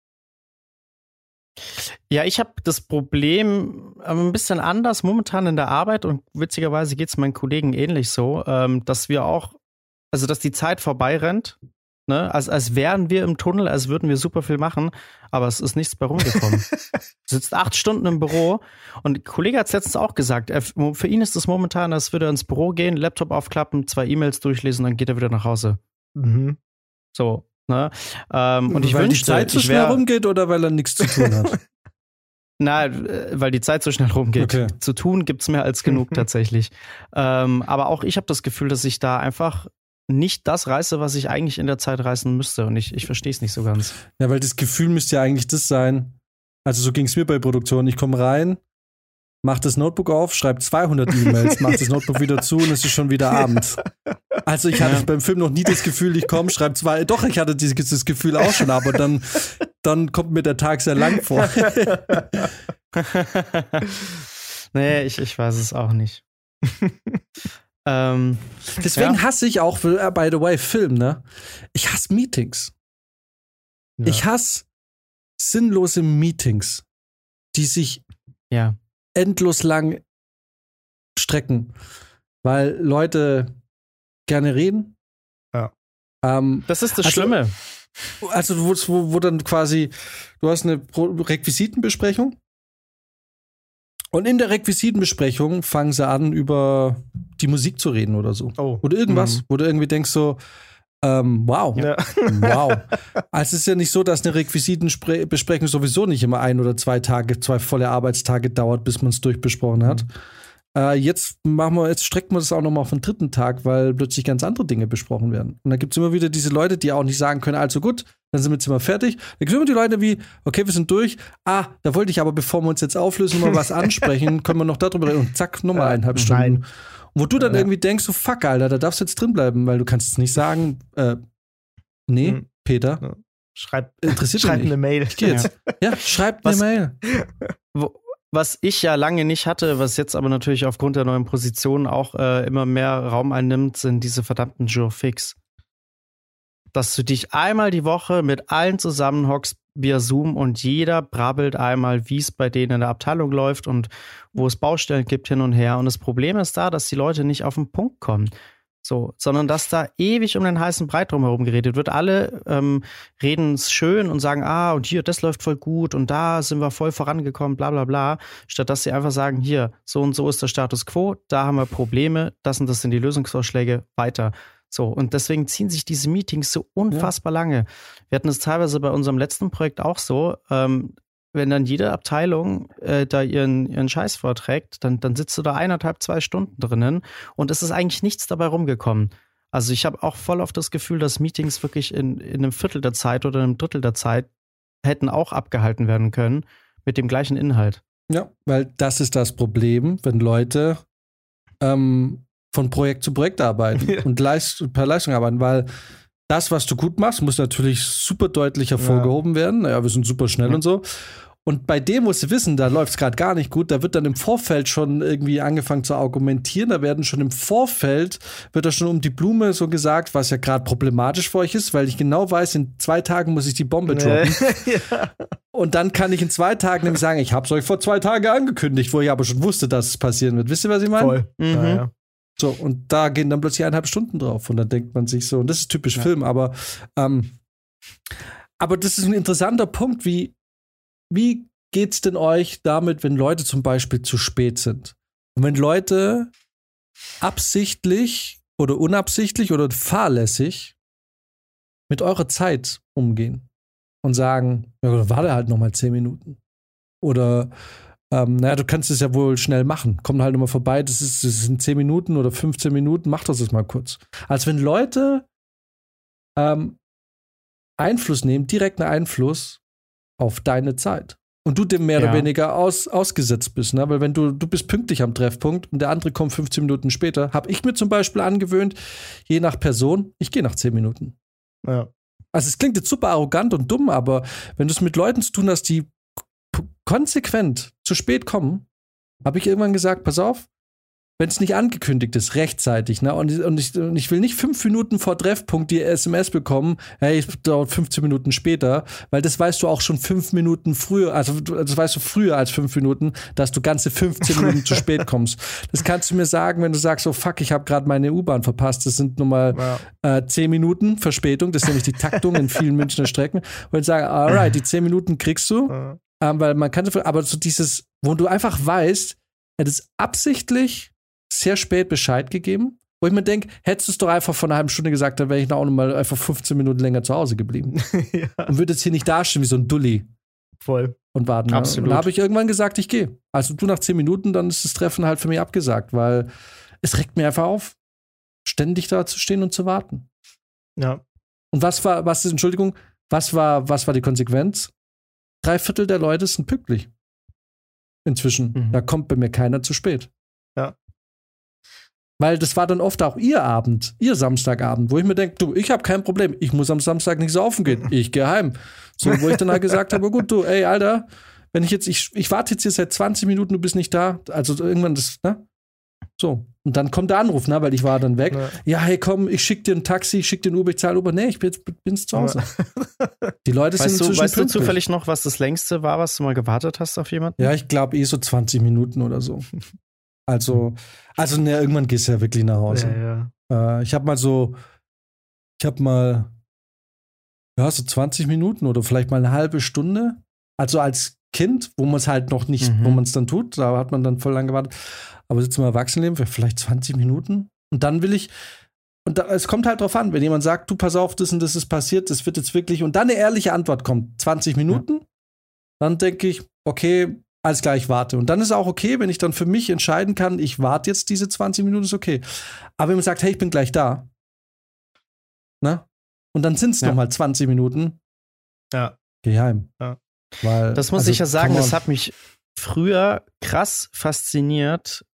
Speaker 3: Ja, ich habe das Problem ein bisschen anders momentan in der Arbeit und witzigerweise geht es meinen Kollegen ähnlich so, dass wir auch, also dass die Zeit vorbeirennt, ne? Als wären wir im Tunnel, als würden wir super viel machen, aber es ist nichts bei rumgekommen. Sitzt 8 Stunden im Büro und ein Kollege hat es letztens auch gesagt, für ihn ist es momentan, als würde er ins Büro gehen, Laptop aufklappen, 2 E-Mails durchlesen, dann geht er wieder nach Hause.
Speaker 2: Mhm.
Speaker 3: So, ne? Und ich
Speaker 1: weil
Speaker 3: wünschte,
Speaker 1: die Zeit so schnell rumgeht oder weil er nichts zu tun hat?
Speaker 3: Nein, weil die Zeit so schnell rumgeht.
Speaker 1: Okay.
Speaker 3: Zu tun gibt's mehr als genug tatsächlich. Aber auch ich habe das Gefühl, dass ich da einfach nicht das reiße, was ich eigentlich in der Zeit reißen müsste. Und ich verstehe es nicht so ganz.
Speaker 1: Ja, weil das Gefühl müsste ja eigentlich das sein. Also so ging es mir bei Produktion. Ich komme rein, mach das Notebook auf, schreibe 200 E-Mails, mach das Notebook wieder zu und es ist schon wieder Abend. Also ich hatte beim Film noch nie das Gefühl, ich komme, schreibe 2. Doch, ich hatte dieses Gefühl auch schon, aber dann kommt mir der Tag sehr lang vor.
Speaker 3: Nee, ich weiß es auch nicht.
Speaker 1: Deswegen hasse ich auch, by the way, Film, ne? Ich hasse Meetings.
Speaker 2: Ja.
Speaker 1: Ich hasse sinnlose Meetings, die sich endlos lang strecken, weil Leute gerne reden.
Speaker 2: Ja.
Speaker 3: Das ist das Schlimme.
Speaker 1: Also wo dann quasi, du hast eine Requisitenbesprechung und in der Requisitenbesprechung fangen sie an, über die Musik zu reden oder so.
Speaker 2: Oh.
Speaker 1: Oder irgendwas, wo du irgendwie denkst so, wow.
Speaker 2: Ja.
Speaker 1: Wow. Also es ist ja nicht so, dass eine Requisitenbesprechung sowieso nicht immer 1 oder 2 Tage, 2 volle Arbeitstage dauert, bis man es durchbesprochen hat. Jetzt strecken wir das auch nochmal auf den 3. Tag, weil plötzlich ganz andere Dinge besprochen werden. Und dann gibt es immer wieder diese Leute, die auch nicht sagen können, also gut, dann sind wir jetzt immer fertig. Dann gibt es immer die Leute wie, okay, wir sind durch. Da wollte ich aber, bevor wir uns jetzt auflösen, mal was ansprechen, können wir noch darüber reden. Und zack, nochmal 1,5 Stunden.
Speaker 2: Nein.
Speaker 1: Wo du dann irgendwie denkst, so fuck, Alter, da darfst du jetzt drin bleiben, weil du kannst es nicht sagen, nee, Peter. Interessiert mich nicht.
Speaker 2: Eine Mail.
Speaker 1: Ich geh jetzt. Ja, schreibt eine Mail.
Speaker 3: Was ich ja lange nicht hatte, was jetzt aber natürlich aufgrund der neuen Position auch immer mehr Raum einnimmt, sind diese verdammten Jour fix. Dass du dich einmal die Woche mit allen zusammenhockst via Zoom und jeder brabbelt einmal, wie es bei denen in der Abteilung läuft und wo es Baustellen gibt hin und her. Und das Problem ist da, dass die Leute nicht auf den Punkt kommen. So, sondern dass da ewig um den heißen Brei drumherum geredet wird. Alle reden es schön und sagen, und hier, das läuft voll gut und da sind wir voll vorangekommen, bla bla bla. Statt dass sie einfach sagen, hier, so und so ist der Status quo, da haben wir Probleme, das und das sind die Lösungsvorschläge, weiter. So, und deswegen ziehen sich diese Meetings so unfassbar lange. Wir hatten es teilweise bei unserem letzten Projekt auch so, wenn dann jede Abteilung da ihren Scheiß vorträgt, dann sitzt du da 1,5, 2 Stunden drinnen und es ist eigentlich nichts dabei rumgekommen. Also ich habe auch voll oft das Gefühl, dass Meetings wirklich in einem Viertel der Zeit oder einem Drittel der Zeit hätten auch abgehalten werden können mit dem gleichen Inhalt.
Speaker 1: Ja, weil das ist das Problem, wenn Leute von Projekt zu Projekt arbeiten und per Leistung arbeiten, weil das, was du gut machst, muss natürlich super deutlich hervorgehoben werden. Naja, wir sind super schnell und so. Und bei dem musst du wissen, da läuft es gerade gar nicht gut. Da wird dann im Vorfeld schon irgendwie angefangen zu argumentieren. Da wird da schon um die Blume so gesagt, was ja gerade problematisch für euch ist, weil ich genau weiß, in 2 Tagen muss ich die Bombe droppen. Und dann kann ich in 2 Tagen nämlich sagen, ich habe es euch vor 2 Tagen angekündigt, wo ich aber schon wusste, dass es passieren wird. Wisst ihr, was ich meine?
Speaker 2: Voll. Ja.
Speaker 1: So, und da gehen dann plötzlich 1,5 Stunden drauf. Und dann denkt man sich so, und das ist typisch Film, aber das ist ein interessanter Punkt, wie geht's denn euch damit, wenn Leute zum Beispiel zu spät sind? Und wenn Leute absichtlich oder unabsichtlich oder fahrlässig mit eurer Zeit umgehen und sagen, ja, warte halt noch mal 10 Minuten. Oder, du kannst es ja wohl schnell machen. Komm halt nochmal vorbei, das sind 10 Minuten oder 15 Minuten, mach das jetzt mal kurz. Als wenn Leute Einfluss nehmen, direkten Einfluss auf deine Zeit. Und du dem mehr oder weniger ausgesetzt bist, ne? Weil wenn du bist pünktlich am Treffpunkt und der andere kommt 15 Minuten später, habe ich mir zum Beispiel angewöhnt, je nach Person, ich gehe nach 10 Minuten.
Speaker 2: Ja.
Speaker 1: Also es klingt jetzt super arrogant und dumm, aber wenn du es mit Leuten zu tun hast, die konsequent zu spät kommen, habe ich irgendwann gesagt, pass auf, wenn es nicht angekündigt ist, rechtzeitig, ne? Und ich will nicht 5 Minuten vor Treffpunkt die SMS bekommen, hey, es dauert 15 Minuten später, weil das weißt du auch schon 5 Minuten früher, also das weißt du früher als 5 Minuten, dass du ganze 15 Minuten zu spät kommst. Das kannst du mir sagen, wenn du sagst, oh fuck, ich habe gerade meine U-Bahn verpasst, das sind nur mal 10 Minuten Verspätung, das ist nämlich die Taktung in vielen Münchner Strecken. Und ich sage, alright, die 10 Minuten kriegst du, weil man kann, aber so dieses, wo du einfach weißt, er ist absichtlich sehr spät Bescheid gegeben, wo ich mir denke, hättest du es doch einfach vor einer halben Stunde gesagt, dann wäre ich auch noch mal einfach 15 Minuten länger zu Hause geblieben. Ja. Und würde jetzt hier nicht dastehen wie so ein Dulli.
Speaker 2: Voll.
Speaker 1: Und warten.
Speaker 3: Absolut.
Speaker 1: Und da habe ich irgendwann gesagt, ich gehe. Also du nach 10 Minuten, dann ist das Treffen halt für mich abgesagt, weil es regt mir einfach auf, ständig da zu stehen und zu warten.
Speaker 2: Ja.
Speaker 1: Und was war die Konsequenz? 3/4 der Leute sind pünktlich. Inzwischen.
Speaker 3: Mhm.
Speaker 1: Da kommt bei mir keiner zu spät.
Speaker 2: Ja.
Speaker 1: Weil das war dann oft auch ihr Abend, ihr Samstagabend, wo ich mir denke, du, ich habe kein Problem, ich muss am Samstag nicht saufen gehen, ich gehe heim. So, wo ich dann halt gesagt habe, gut, du, ey, Alter, wenn ich warte jetzt hier seit 20 Minuten, du bist nicht da, also irgendwann das, ne? So, und dann kommt der Anruf, ne, weil ich war dann weg. Ja, hey, komm, ich schick dir ein Taxi, ich schick dir ein Uber, ich zahle Uber. Nee, ich bin's zu Hause. Die Leute sind inzwischen
Speaker 3: Weißt du
Speaker 1: pünktlich.
Speaker 3: zufällig noch, was das längste war, was du mal gewartet hast auf jemanden?
Speaker 1: Ja, ich glaube so 20 Minuten oder so. Also ne, irgendwann gehst du ja wirklich nach Hause.
Speaker 2: Ja.
Speaker 1: Ich habe mal so 20 Minuten oder vielleicht mal eine halbe Stunde. Also als Kind, wo man es halt noch nicht, wo man es dann tut, da hat man dann voll lang gewartet. Aber jetzt im Erwachsenenleben, vielleicht 20 Minuten. Und dann es kommt halt drauf an, wenn jemand sagt, du, pass auf, das und das ist passiert, das wird jetzt wirklich, und dann eine ehrliche Antwort kommt, 20 Minuten, dann denke ich, okay, alles klar, ich warte. Und dann ist auch okay, wenn ich dann für mich entscheiden kann, ich warte jetzt diese 20 Minuten, ist okay. Aber wenn man sagt, hey, ich bin gleich da, ne? Und dann sind es nochmal 20 Minuten, geh heim.
Speaker 2: Ja.
Speaker 1: Weil,
Speaker 3: das muss ich ja sagen, das hat mich früher krass fasziniert,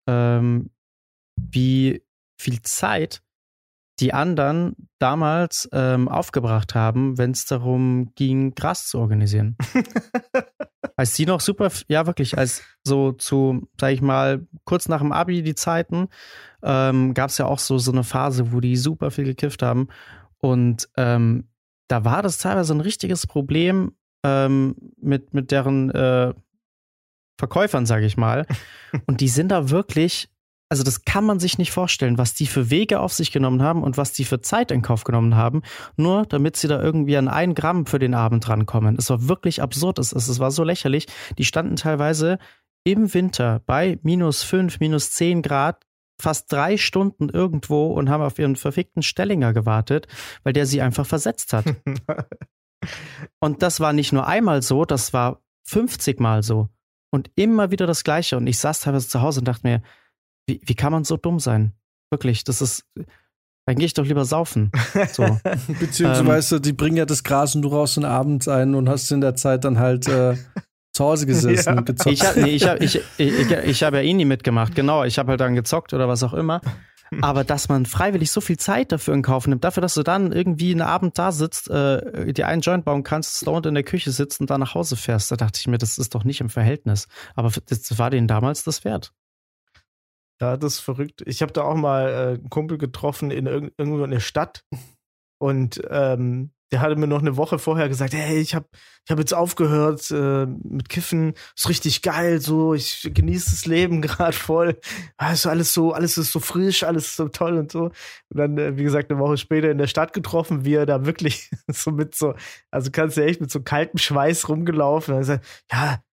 Speaker 3: wie viel Zeit die anderen damals aufgebracht haben, wenn es darum ging, Gras zu organisieren. Als die noch super, ja wirklich, als so zu, sag ich mal, kurz nach dem Abi die Zeiten, gab es ja auch so eine Phase, wo die super viel gekifft haben. Und da war das teilweise ein richtiges Problem mit deren Verkäufern, sage ich mal. Und die sind da wirklich, also das kann man sich nicht vorstellen, was die für Wege auf sich genommen haben und was die für Zeit in Kauf genommen haben, nur damit sie da irgendwie an 1 Gramm für den Abend rankommen. Es war wirklich absurd, es war so lächerlich. Die standen teilweise im Winter bei -5, -10 Grad fast 3 Stunden irgendwo und haben auf ihren verfickten Stellinger gewartet, weil der sie einfach versetzt hat. Und das war nicht nur einmal so, das war 50 Mal so. Und immer wieder das Gleiche. Und ich saß teilweise zu Hause und dachte mir, wie kann man so dumm sein? Wirklich, dann gehe ich doch lieber saufen. So.
Speaker 1: Beziehungsweise, die bringen ja das Gras und du rauchst dann abends ein und hast in der Zeit dann halt zu Hause gesessen und gezockt.
Speaker 3: Ich hab ja nie mitgemacht, genau. Ich habe halt dann gezockt oder was auch immer. Aber dass man freiwillig so viel Zeit dafür in Kauf nimmt, dafür, dass du dann irgendwie einen Abend da sitzt, dir einen Joint bauen kannst, stoned in der Küche sitzt und dann nach Hause fährst, da dachte ich mir, das ist doch nicht im Verhältnis. Aber das war denen damals das wert.
Speaker 2: Ja, das ist verrückt. Ich habe da auch mal einen Kumpel getroffen in irgendwo in der Stadt und der hatte mir noch eine Woche vorher gesagt, hey, ich hab jetzt aufgehört mit Kiffen, ist richtig geil, so, ich genieße das Leben gerade voll, also alles ist so frisch, alles ist so toll und so. Und dann, wie gesagt, eine Woche später in der Stadt getroffen, wie er da wirklich also kannst du echt mit so kaltem Schweiß rumgelaufen und er sagt, ja,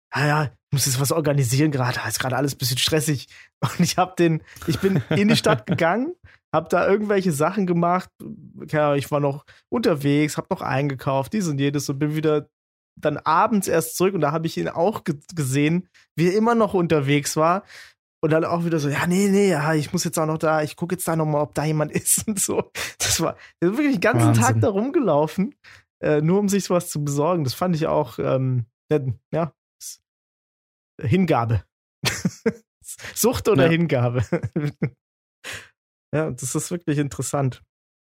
Speaker 2: ja, ich muss jetzt was organisieren gerade, ist gerade alles ein bisschen stressig. Und ich bin in die Stadt gegangen, habe da irgendwelche Sachen gemacht. Ja, ich war noch unterwegs, habe noch eingekauft, dies und jedes und bin wieder dann abends erst zurück und da habe ich ihn auch gesehen, wie er immer noch unterwegs war. Und dann auch wieder so, ja, ich muss jetzt auch noch da, ich gucke jetzt da nochmal, ob da jemand ist und so. Das war wirklich den ganzen Tag da rumgelaufen, nur um sich was zu besorgen. Das fand ich auch, Hingabe. Sucht oder Hingabe. Ja, das ist wirklich interessant.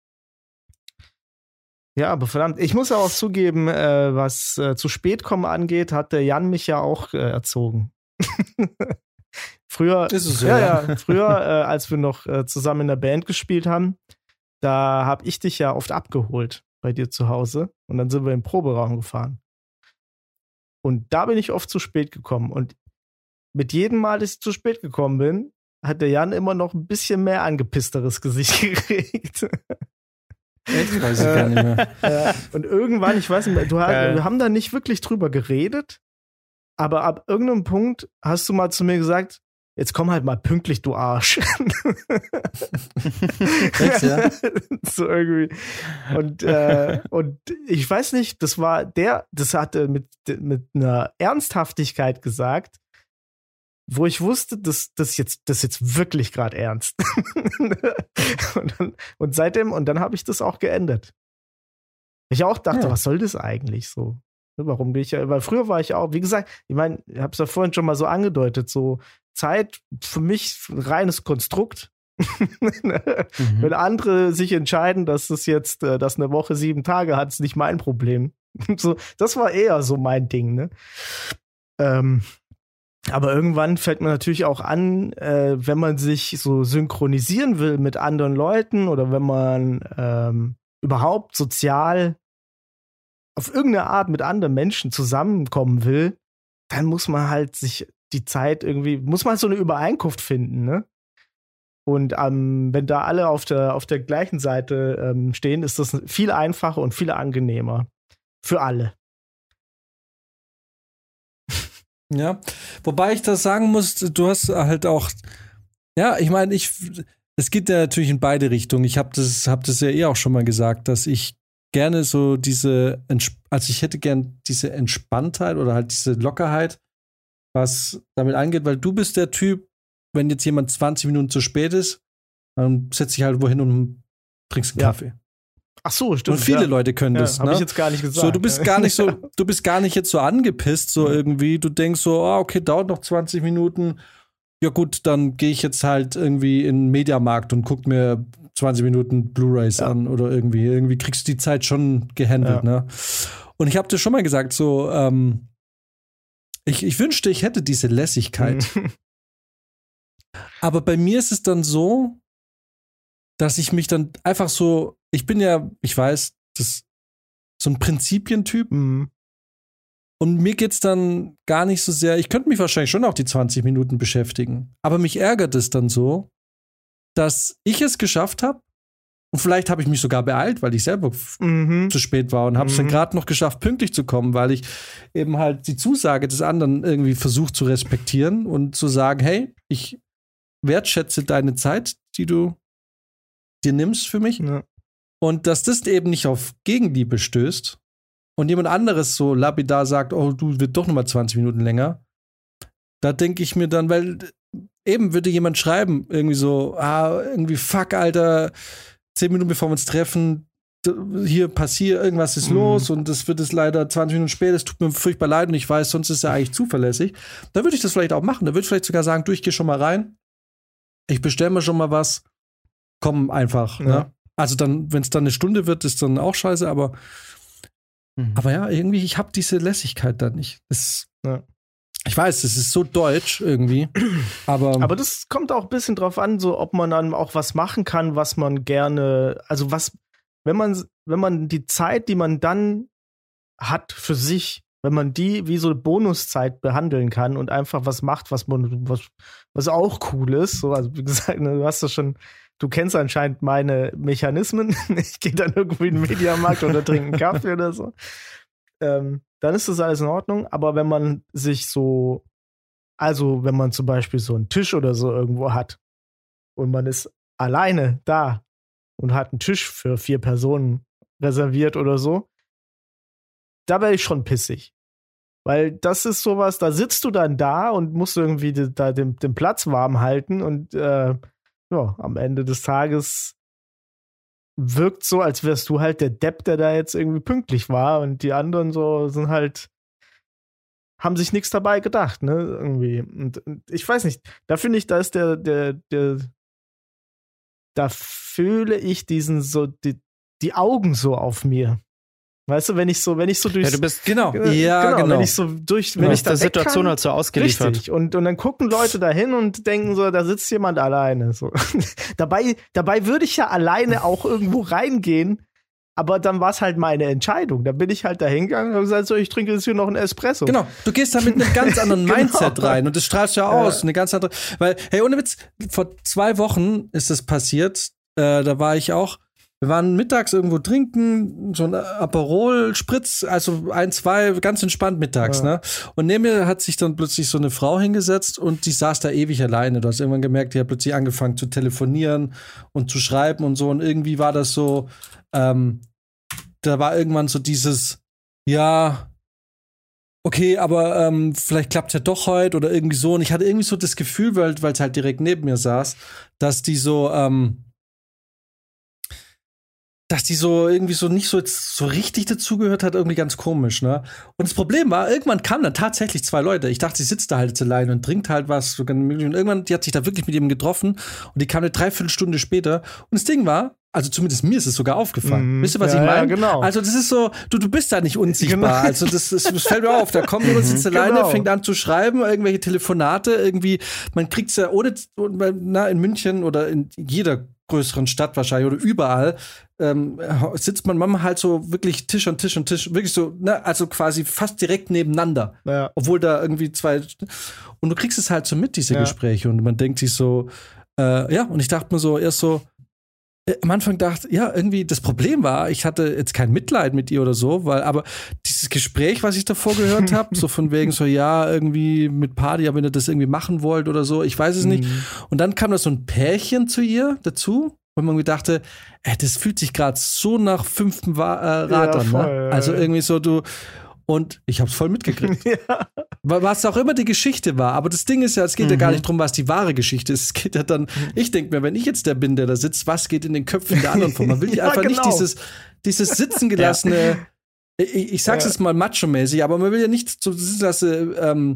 Speaker 2: Ja, aber verdammt, ich muss ja auch zugeben, was zu spät kommen angeht, hat der Jan mich ja auch erzogen. Früher, ist es so, früher, als wir noch zusammen in der Band gespielt haben, da habe ich dich ja oft abgeholt bei dir zu Hause und dann sind wir in den Proberaum gefahren. Und da bin ich oft zu spät gekommen und mit jedem Mal, dass ich zu spät gekommen bin, hat der Jan immer noch ein bisschen mehr angepissteres Gesicht gekriegt.
Speaker 1: Echt? Weiß ich gar nicht mehr.
Speaker 2: Und irgendwann, ich weiß nicht mehr, wir haben da nicht wirklich drüber geredet, aber ab irgendeinem Punkt hast du mal zu mir gesagt, jetzt komm halt mal pünktlich, du Arsch.
Speaker 1: Echt, ja?
Speaker 2: So irgendwie. Und ich weiß nicht, das hat er mit einer Ernsthaftigkeit gesagt, wo ich wusste, das jetzt wirklich gerade ernst. und seitdem, und dann habe ich das auch geändert. Ich auch dachte, was soll das eigentlich so? Warum bin ich weil früher war ich auch, wie gesagt, ich meine, ich habe es ja vorhin schon mal so angedeutet, so Zeit für mich ein reines Konstrukt. Wenn andere sich entscheiden, dass es jetzt, dass eine Woche 7 Tage hat, ist nicht mein Problem. So, das war eher so mein Ding, ne? Aber irgendwann fällt mir natürlich auch an, wenn man sich so synchronisieren will mit anderen Leuten oder wenn man überhaupt sozial auf irgendeine Art mit anderen Menschen zusammenkommen will, dann muss man halt sich die Zeit irgendwie, muss man so eine Übereinkunft finden, ne? Und wenn da alle auf der gleichen Seite stehen, ist das viel einfacher und viel angenehmer für alle.
Speaker 1: Ja, wobei ich das sagen muss, du hast halt auch, ja, ich meine, es geht ja natürlich in beide Richtungen. Ich habe das ja auch schon mal gesagt, dass ich gerne so ich hätte gern diese Entspanntheit oder halt diese Lockerheit, was damit angeht, weil du bist der Typ, wenn jetzt jemand 20 Minuten zu spät ist, dann setz dich halt wohin und trinkst einen Kaffee.
Speaker 2: Ach so, stimmt.
Speaker 1: Und viele Leute können das.
Speaker 2: Habe ich jetzt gar nicht gesagt.
Speaker 1: So, du bist gar nicht jetzt so angepisst, so irgendwie. Du denkst so, okay, dauert noch 20 Minuten. Ja gut, dann gehe ich jetzt halt irgendwie in den Mediamarkt und guck mir 20 Minuten Blu-rays an oder irgendwie. Irgendwie kriegst du die Zeit schon gehandelt, ne? Und ich habe dir schon mal gesagt, so, ich wünschte, ich hätte diese Lässigkeit. Aber bei mir ist es dann so, dass ich mich dann einfach so, ich bin ja, ich weiß, das so ein Prinzipientyp. Und mir geht's dann gar nicht so sehr, ich könnte mich wahrscheinlich schon auch die 20 Minuten beschäftigen. Aber mich ärgert es dann so, dass ich es geschafft habe. Und vielleicht habe ich mich sogar beeilt, weil ich selber zu spät war und habe es dann gerade noch geschafft, pünktlich zu kommen, weil ich eben halt die Zusage des anderen irgendwie versucht zu respektieren und zu sagen, hey, ich wertschätze deine Zeit, die du dir nimmst für mich. Ja. Und dass das eben nicht auf Gegenliebe stößt und jemand anderes so lapidar sagt, oh, du wird doch noch mal 20 Minuten länger. Da denke ich mir dann, weil eben würde jemand schreiben, irgendwie so, irgendwie fuck, Alter, 10 Minuten bevor wir uns treffen, hier passiert, irgendwas ist los und das wird es leider 20 Minuten später, es tut mir furchtbar leid und ich weiß, sonst ist er eigentlich zuverlässig. Da würde ich das vielleicht auch machen. Da würde ich vielleicht sogar sagen, du, ich gehe schon mal rein, ich bestelle mir schon mal was, komm einfach. Ja. Ne? Also dann, wenn es dann eine Stunde wird, ist dann auch scheiße, aber ja, irgendwie, ich habe diese Lässigkeit da nicht. Ich weiß, es ist so deutsch irgendwie, aber
Speaker 2: das kommt auch ein bisschen drauf an, so ob man dann auch was machen kann, was man gerne, also was, wenn man die Zeit, die man dann hat für sich, wenn man die wie so eine Bonuszeit behandeln kann und einfach was macht, was auch cool ist, so, also wie gesagt, du kennst anscheinend meine Mechanismen. Ich gehe dann irgendwie in den Mediamarkt oder trinke einen Kaffee oder so. dann ist das alles in Ordnung. Aber wenn man sich so, also wenn man zum Beispiel so einen Tisch oder so irgendwo hat und man ist alleine da und hat einen Tisch für 4 Personen reserviert oder so, da wäre ich schon pissig. Weil das ist sowas, da sitzt du dann da und musst irgendwie den Platz warm halten und am Ende des Tages wirkt so, als wärst du halt der Depp, der da jetzt irgendwie pünktlich war und die anderen so sind halt, haben sich nichts dabei gedacht, ne, irgendwie. Und ich weiß nicht, da finde ich, da ist da fühle ich die Augen so auf mir. Weißt du, wenn ich so durch.
Speaker 3: Ja, du bist,
Speaker 1: genau.
Speaker 2: Wenn ich so durch, wenn ich
Speaker 3: der Situation halt so ausgeliefert.
Speaker 2: Richtig. Und dann gucken Leute dahin und denken so, da sitzt jemand alleine. So. dabei würde ich ja alleine auch irgendwo reingehen, aber dann war es halt meine Entscheidung. Da bin ich halt da hingegangen und habe gesagt, so, ich trinke jetzt hier noch einen Espresso.
Speaker 1: Genau, du gehst da mit einem ganz anderen Mindset rein und das strahlst ja aus. Eine ganz andere, weil, hey, ohne Witz, vor 2 Wochen ist das passiert, da war ich auch. Wir waren mittags irgendwo trinken, so ein Aperol, Spritz, also 1, 2, ganz entspannt mittags, ne? Und neben mir hat sich dann plötzlich so eine Frau hingesetzt und die saß da ewig alleine. Du hast irgendwann gemerkt, die hat plötzlich angefangen zu telefonieren und zu schreiben und so. Und irgendwie war das so, da war irgendwann so dieses, ja, okay, aber vielleicht klappt's ja doch heute oder irgendwie so. Und ich hatte irgendwie so das Gefühl, weil es halt direkt neben mir saß, dass die so irgendwie so nicht so richtig dazugehört hat, irgendwie ganz komisch, ne? Und das Problem war, irgendwann kamen dann tatsächlich 2 Leute. Ich dachte, sie sitzt da halt jetzt alleine und trinkt halt was. Und irgendwann, die hat sich da wirklich mit ihm getroffen und die kam eine Dreiviertelstunde später. Und das Ding war, also zumindest mir ist es sogar aufgefallen. Wisst ihr, was ich meine? Ja,
Speaker 2: genau.
Speaker 1: Also das ist so, du bist da nicht unsichtbar. Genau. Also das fällt mir auf. Da kommt jemand, sitzt alleine, fängt an zu schreiben, irgendwelche Telefonate, irgendwie, man kriegt's ja in München oder in jeder größeren Stadt wahrscheinlich oder überall, sitzt man manchmal halt so wirklich Tisch an Tisch, wirklich so, ne, also quasi fast direkt nebeneinander. Ja. Obwohl da irgendwie 2, und du kriegst es halt so mit, diese Gespräche, und man denkt sich so, und ich dachte mir so, erst so, am Anfang dachte, ja, irgendwie das Problem war, ich hatte jetzt kein Mitleid mit ihr oder so, aber dieses Gespräch, was ich davor gehört habe, so von wegen so, ja, irgendwie mit Party, aber wenn ihr das irgendwie machen wollt oder so, ich weiß es nicht. Und dann kam da so ein Pärchen zu ihr dazu, wo man mir dachte, das fühlt sich gerade so nach 5. Rad an, voll, ne? Also irgendwie so, und ich hab's voll mitgekriegt. Ja. Was auch immer die Geschichte war. Aber das Ding ist ja, es geht ja gar nicht drum, was die wahre Geschichte ist. Es geht ja dann, ich denke mir, wenn ich jetzt der bin, der da sitzt, was geht in den Köpfen der anderen vor? Man will ja einfach nicht dieses sitzen gelassene, ich sag's jetzt mal macho-mäßig, aber man will ja nicht so sitzen lassen,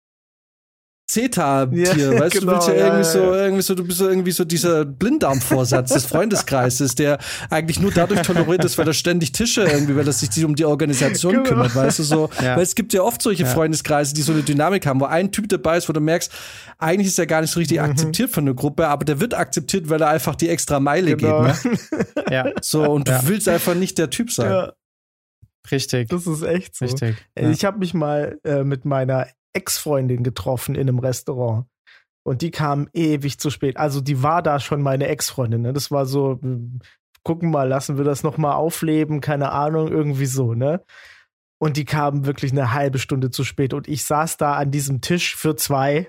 Speaker 1: Zeta-Tier, weißt du, du willst ja irgendwie so, du bist so irgendwie so dieser Blinddarmvorsatz des Freundeskreises, der eigentlich nur dadurch toleriert ist, weil er ständig Tische irgendwie, weil er sich um die Organisation kümmert, weißt du, so. Ja. Weil es gibt ja oft solche Freundeskreise, die so eine Dynamik haben, wo ein Typ dabei ist, wo du merkst, eigentlich ist er gar nicht so richtig akzeptiert von der Gruppe, aber der wird akzeptiert, weil er einfach die extra Meile geht, ne? Ja. So, und du willst einfach nicht der Typ sein. Ja.
Speaker 3: Richtig.
Speaker 2: Das ist echt so.
Speaker 3: Richtig.
Speaker 2: Ich habe mich mal mit meiner Ex-Freundin getroffen in einem Restaurant. Und die kam ewig zu spät. Also die war da schon meine Ex-Freundin. Ne? Das war so, gucken mal, lassen wir das noch mal aufleben, keine Ahnung, irgendwie so, ne? Und die kamen wirklich eine halbe Stunde zu spät. Und ich saß da an diesem Tisch für 2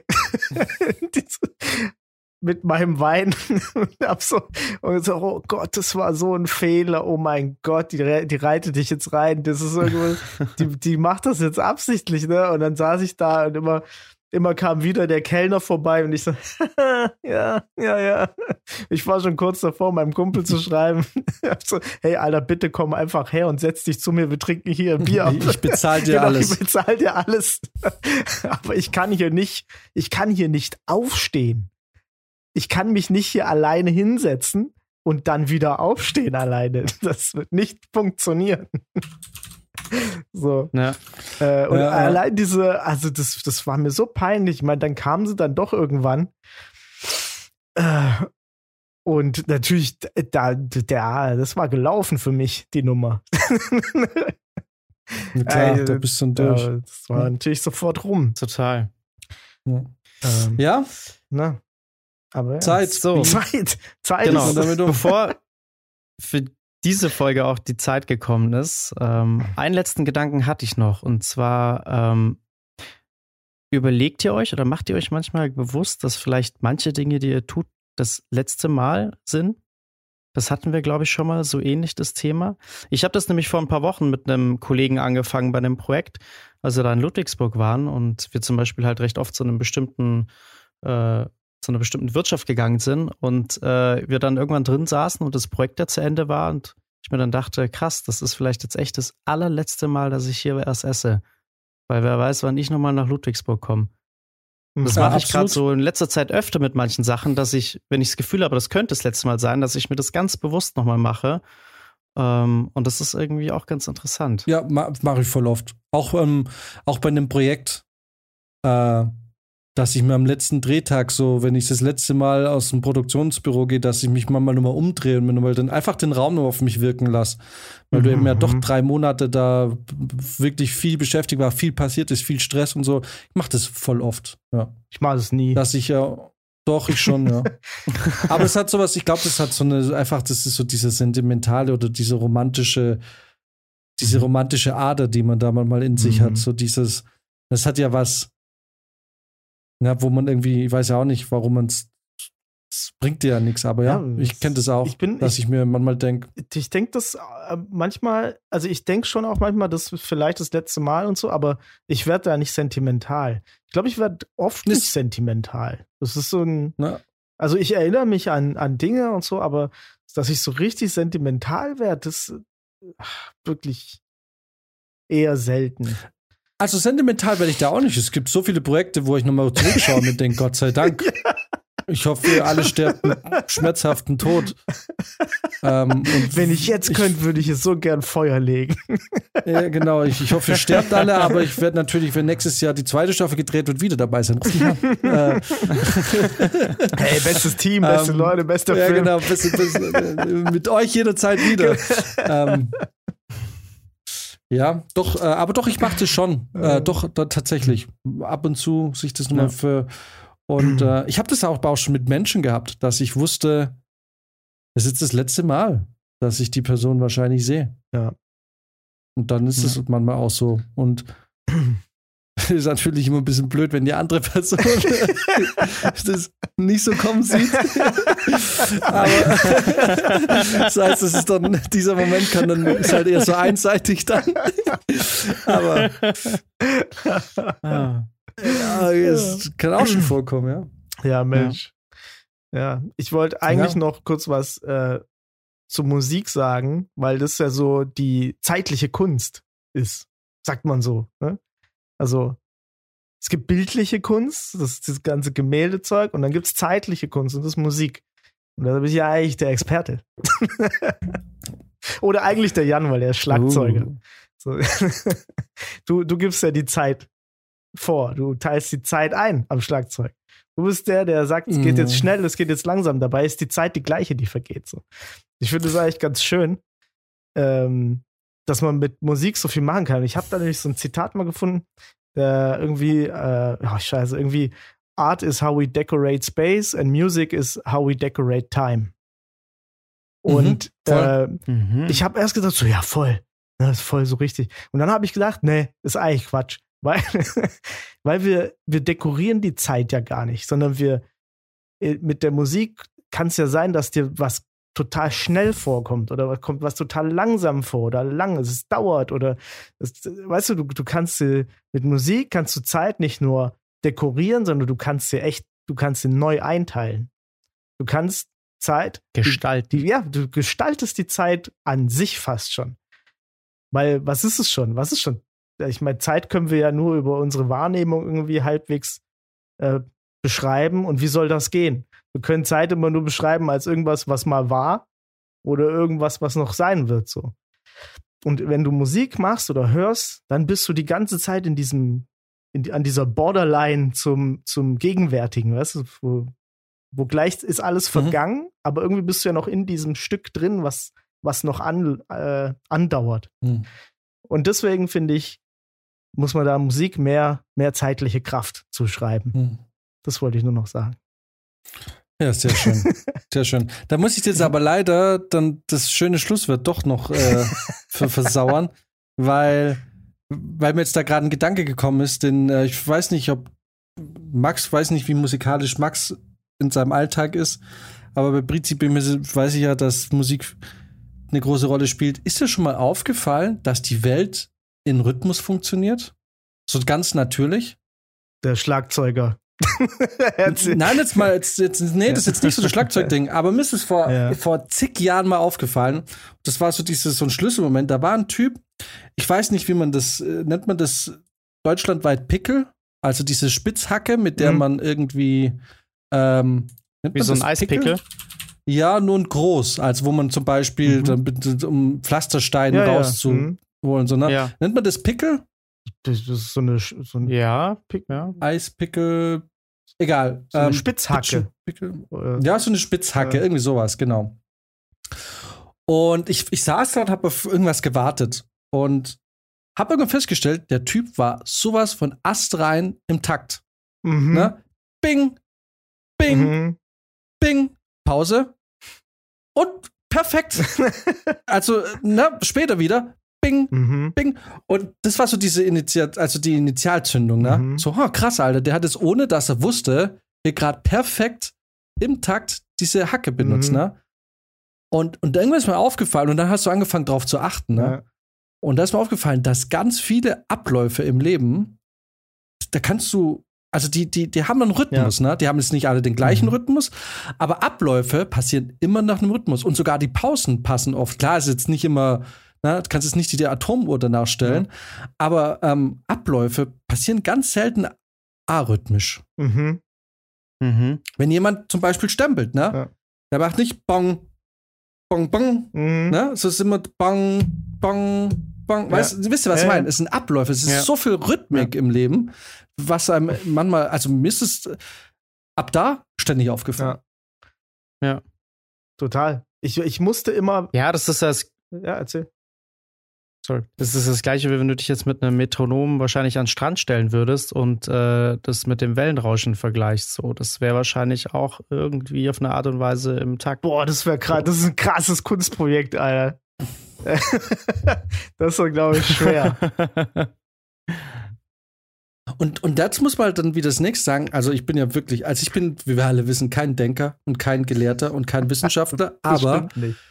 Speaker 2: mit meinem Wein und so, oh Gott, das war so ein Fehler, oh mein Gott, die reitet dich jetzt rein, das ist irgendwo, die macht das jetzt absichtlich, ne? Und dann saß ich da und immer kam wieder der Kellner vorbei und ich so, ja. Ich war schon kurz davor, meinem Kumpel zu schreiben, so, hey, Alter, bitte komm einfach her und setz dich zu mir, wir trinken hier ein Bier.
Speaker 1: Ich bezahl dir alles.
Speaker 2: Ich bezahl dir alles. Aber ich kann hier nicht aufstehen. Ich kann mich nicht hier alleine hinsetzen und dann wieder aufstehen alleine. Das wird nicht funktionieren. So. Ja. Und allein also das war mir so peinlich. Ich meine, dann kamen sie dann doch irgendwann. Und natürlich, das war gelaufen für mich, die Nummer.
Speaker 1: Ja, klar, da bist du dann durch.
Speaker 2: Das war natürlich sofort rum.
Speaker 3: Total.
Speaker 1: Ja?
Speaker 2: Na. Aber
Speaker 1: Zeit.
Speaker 2: Zeit.
Speaker 3: Genau. Bevor für diese Folge auch die Zeit gekommen ist. Einen letzten Gedanken hatte ich noch. Und zwar überlegt ihr euch oder macht ihr euch manchmal bewusst, dass vielleicht manche Dinge, die ihr tut, das letzte Mal sind? Das hatten wir, glaube ich, schon mal so ähnlich, das Thema. Ich habe das nämlich vor ein paar Wochen mit einem Kollegen angefangen bei einem Projekt, als wir da in Ludwigsburg waren und wir zum Beispiel halt recht oft zu einer bestimmten Wirtschaft gegangen sind und wir dann irgendwann drin saßen und das Projekt ja zu Ende war und ich mir dann dachte, krass, das ist vielleicht jetzt echt das allerletzte Mal, dass ich hier erst esse. Weil wer weiß, wann ich nochmal nach Ludwigsburg komme. Das mache ich gerade so in letzter Zeit öfter mit manchen Sachen, dass ich, wenn ich das Gefühl habe, das könnte das letzte Mal sein, dass ich mir das ganz bewusst nochmal mache. Und das ist irgendwie auch ganz interessant.
Speaker 1: Ja, mache ich voll oft. Auch bei einem Projekt, dass ich mir am letzten Drehtag so, wenn ich das letzte Mal aus dem Produktionsbüro gehe, dass ich mich mal nochmal umdrehe und mir nochmal dann einfach den Raum noch auf mich wirken lasse. Weil du eben ja doch 3 Monate da wirklich viel beschäftigt war, viel passiert ist, viel Stress und so. Ich mache das voll oft, ja.
Speaker 2: Ich mache das nie.
Speaker 1: Dass ich doch, ich schon, ja. Aber es hat sowas, ich glaube, das hat so eine, einfach, das ist so diese sentimentale oder diese romantische Ader, die man da mal in sich hat. So dieses, das hat ja was, ja, wo man irgendwie, ich weiß ja auch nicht, warum man es bringt dir ja nichts, aber ja, ich kenne das auch, dass ich mir manchmal denke.
Speaker 2: Ich denke das manchmal, also ich denke schon auch manchmal, das ist vielleicht das letzte Mal und so, aber ich werde da nicht sentimental. Ich glaube, ich werde oft nicht sentimental. Das ist so ein, also ich erinnere mich an Dinge und so, aber dass ich so richtig sentimental werde, das ist wirklich eher selten.
Speaker 1: Also sentimental werde ich da auch nicht. Es gibt so viele Projekte, wo ich nochmal zurückschaue und mir denke, Gott sei Dank. Ja. Ich hoffe, ihr alle sterbt einen schmerzhaften Tod.
Speaker 2: Und wenn ich jetzt könnte, würde ich es so gern Feuer legen.
Speaker 1: Ja, genau. Ich hoffe, ihr sterbt alle, aber ich werde natürlich, wenn nächstes Jahr die 2. Staffel gedreht wird, wieder dabei sein.
Speaker 2: Hey, bestes Team, beste Leute, bester Film.
Speaker 1: Ja, genau. Mit euch jederzeit wieder. Ja, doch, aber doch, ich mache das schon. Doch, tatsächlich. Ab und zu sich das nochmal für. Und ich habe das auch schon mit Menschen gehabt, dass ich wusste, es ist das letzte Mal, dass ich die Person wahrscheinlich sehe.
Speaker 2: Ja.
Speaker 1: Und dann ist es manchmal auch so. Und ist natürlich immer ein bisschen blöd, wenn die andere Person das nicht so kommen sieht. Aber das heißt, es ist dann, dieser Moment ist halt eher so einseitig dann. Aber ja, es kann auch schon vorkommen, ja.
Speaker 2: Ja, Mensch. Ja, ich wollte eigentlich noch kurz was zur Musik sagen, weil das ja so die zeitliche Kunst ist, sagt man so, ne? Also, es gibt bildliche Kunst, das ist das ganze Gemäldezeug, und dann gibt es zeitliche Kunst, und das ist Musik. Und da bin ich ja eigentlich der Experte. Oder eigentlich der Jan, weil er ist Schlagzeuger. So. Du gibst ja die Zeit vor, du teilst die Zeit ein am Schlagzeug. Du bist der sagt, es geht jetzt schnell, es geht jetzt langsam. Dabei ist die Zeit die gleiche, die vergeht. So. Ich finde das eigentlich ganz schön, dass man mit Musik so viel machen kann. Ich habe da nämlich so ein Zitat mal gefunden, irgendwie, irgendwie Art is how we decorate space and music is how we decorate time. Und ich habe erst gedacht, so ja, voll. Das ist voll so richtig. Und dann habe ich gedacht, nee, ist eigentlich Quatsch. Weil wir dekorieren die Zeit ja gar nicht, sondern mit der Musik kann es ja sein, dass dir was total schnell vorkommt oder kommt was total langsam vor oder lang, es dauert oder weißt du, du kannst mit Musik kannst du Zeit nicht nur dekorieren, sondern du kannst sie neu einteilen. Du kannst Zeit
Speaker 3: gestalten.
Speaker 2: Du gestaltest die Zeit an sich fast schon. Weil, was ist es schon? Ich meine, Zeit können wir ja nur über unsere Wahrnehmung irgendwie halbwegs beschreiben. Und wie soll das gehen? Wir können Zeit immer nur beschreiben als irgendwas, was mal war oder irgendwas, was noch sein wird. So. Und wenn du Musik machst oder hörst, dann bist du die ganze Zeit an dieser Borderline zum Gegenwärtigen, weißt du? Wo gleich ist alles vergangen, aber irgendwie bist du ja noch in diesem Stück drin, was noch andauert. Und deswegen finde ich, muss man da Musik mehr zeitliche Kraft zuschreiben. Das wollte ich nur noch sagen.
Speaker 1: Ja, sehr schön. Sehr schön. Da muss ich jetzt aber leider dann das schöne Schlusswort doch noch versauern, weil mir jetzt da gerade ein Gedanke gekommen ist, denn ich weiß nicht, weiß nicht, wie musikalisch Max in seinem Alltag ist, aber bei Prinzip weiß ich ja, dass Musik eine große Rolle spielt. Ist dir schon mal aufgefallen, dass die Welt in Rhythmus funktioniert? So ganz natürlich?
Speaker 2: Der Schlagzeuger.
Speaker 1: Nein, das ist jetzt nicht so das Schlagzeugding, aber mir ist es vor zig Jahren mal aufgefallen. Das war so ein Schlüsselmoment. Da war ein Typ, ich weiß nicht, wie man das, nennt man das deutschlandweit Pickel? Also diese Spitzhacke, mit der man irgendwie
Speaker 3: wie so ein Eispickel?
Speaker 1: Ja, nur ein groß, als wo man zum Beispiel um Pflastersteine rauszuholen. So, ne? Ja. Nennt man das Pickel?
Speaker 2: Das ist so ein
Speaker 1: Eispickel, egal.
Speaker 2: So eine Spitzhacke.
Speaker 1: Ja, so eine Spitzhacke, irgendwie sowas, genau. Und ich saß da und habe auf irgendwas gewartet und habe irgendwann festgestellt, der Typ war sowas von astrein im Takt. Ne? Bing, bing, bing, Pause und perfekt. Also, später wieder. Bing, bing. Und das war so die Initialzündung, ne? So, krass, Alter, der hat es, ohne dass er wusste, hier gerade perfekt im Takt diese Hacke benutzt, ne? Und irgendwann ist mir aufgefallen, und dann hast du angefangen, drauf zu achten, ne? Ja. Und da ist mir aufgefallen, dass ganz viele Abläufe im Leben, da kannst du, also die haben einen Rhythmus, ne? Die haben jetzt nicht alle den gleichen Rhythmus, aber Abläufe passieren immer nach einem Rhythmus. Und sogar die Pausen passen oft. Klar, ist jetzt nicht immer. Na, du kannst jetzt nicht die Atomuhr danach stellen, aber Abläufe passieren ganz selten arrhythmisch. Wenn jemand zum Beispiel stempelt, ne? Der macht nicht Bong, Bong, Bong, ne? Es ist immer Bong, Bong, Bong. Wisst ihr, was ich meine? Es sind Abläufe, es ist so viel Rhythmik im Leben, was einem manchmal, also mir ist es ab da ständig aufgefallen.
Speaker 2: Ja. Total. Ich musste immer.
Speaker 3: Ja, das ist das.
Speaker 2: Ja, erzähl.
Speaker 3: Sorry. Das ist das Gleiche, wie wenn du dich jetzt mit einem Metronom wahrscheinlich an den Strand stellen würdest und das mit dem Wellenrauschen vergleichst. So, das wäre wahrscheinlich auch irgendwie auf eine Art und Weise im Takt.
Speaker 2: Boah, das wäre krass. Das ist ein krasses Kunstprojekt, Alter. Das ist doch, glaube ich, schwer.
Speaker 1: Und das muss man halt dann wieder das nächste sagen. Also ich bin ja wirklich, wie wir alle wissen, kein Denker und kein Gelehrter und kein Wissenschaftler, aber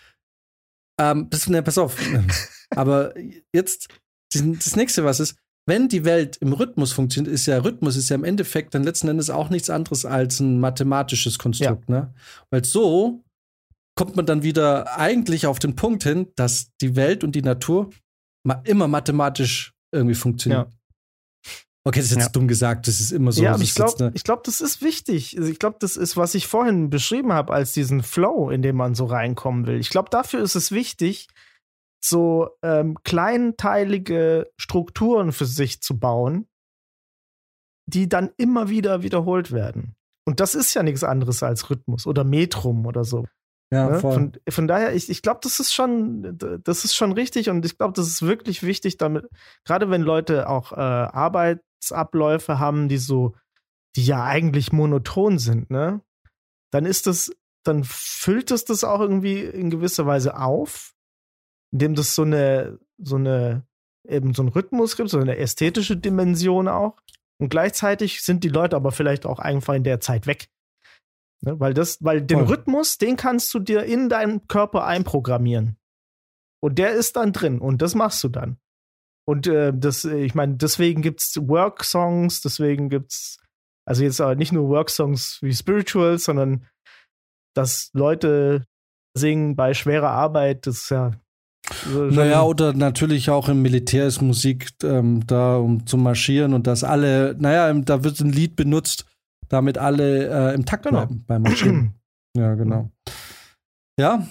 Speaker 1: pass auf. Aber jetzt, das nächste, was ist, wenn die Welt im Rhythmus funktioniert, Rhythmus ist ja im Endeffekt dann letzten Endes auch nichts anderes als ein mathematisches Konstrukt, ne? Weil so kommt man dann wieder eigentlich auf den Punkt hin, dass die Welt und die Natur immer mathematisch irgendwie funktionieren. Ja. Okay, das ist jetzt dumm gesagt, das ist immer so.
Speaker 2: Ja, aber ich glaube, das ist wichtig. Also ich glaube, das ist, was ich vorhin beschrieben habe, als diesen Flow, in den man so reinkommen will. Ich glaube, dafür ist es wichtig, so kleinteilige Strukturen für sich zu bauen, die dann immer wieder wiederholt werden. Und das ist ja nichts anderes als Rhythmus oder Metrum oder so.
Speaker 1: Ja, voll.
Speaker 2: Von daher, ich glaube, das ist schon richtig, und ich glaube, das ist wirklich wichtig, damit, gerade wenn Leute auch Arbeitsabläufe haben, die ja eigentlich monoton sind, ne? Dann füllt es das auch irgendwie in gewisser Weise auf, indem das so ein Rhythmus gibt, so eine ästhetische Dimension auch. Und gleichzeitig sind die Leute aber vielleicht auch einfach in der Zeit weg. Ne? Weil den Rhythmus, den kannst du dir in deinen Körper einprogrammieren. Und der ist dann drin, und das machst du dann. Und ich meine, deswegen gibt's Work-Songs, deswegen gibt's, also jetzt aber nicht nur Work-Songs wie Spirituals, sondern dass Leute singen bei schwerer Arbeit, das ist ja.
Speaker 1: Naja, oder natürlich auch im Militär ist Musik da, um zu marschieren, und dass alle, da wird ein Lied benutzt, damit alle im Takt bleiben beim Marschieren. Ja, genau. Ja,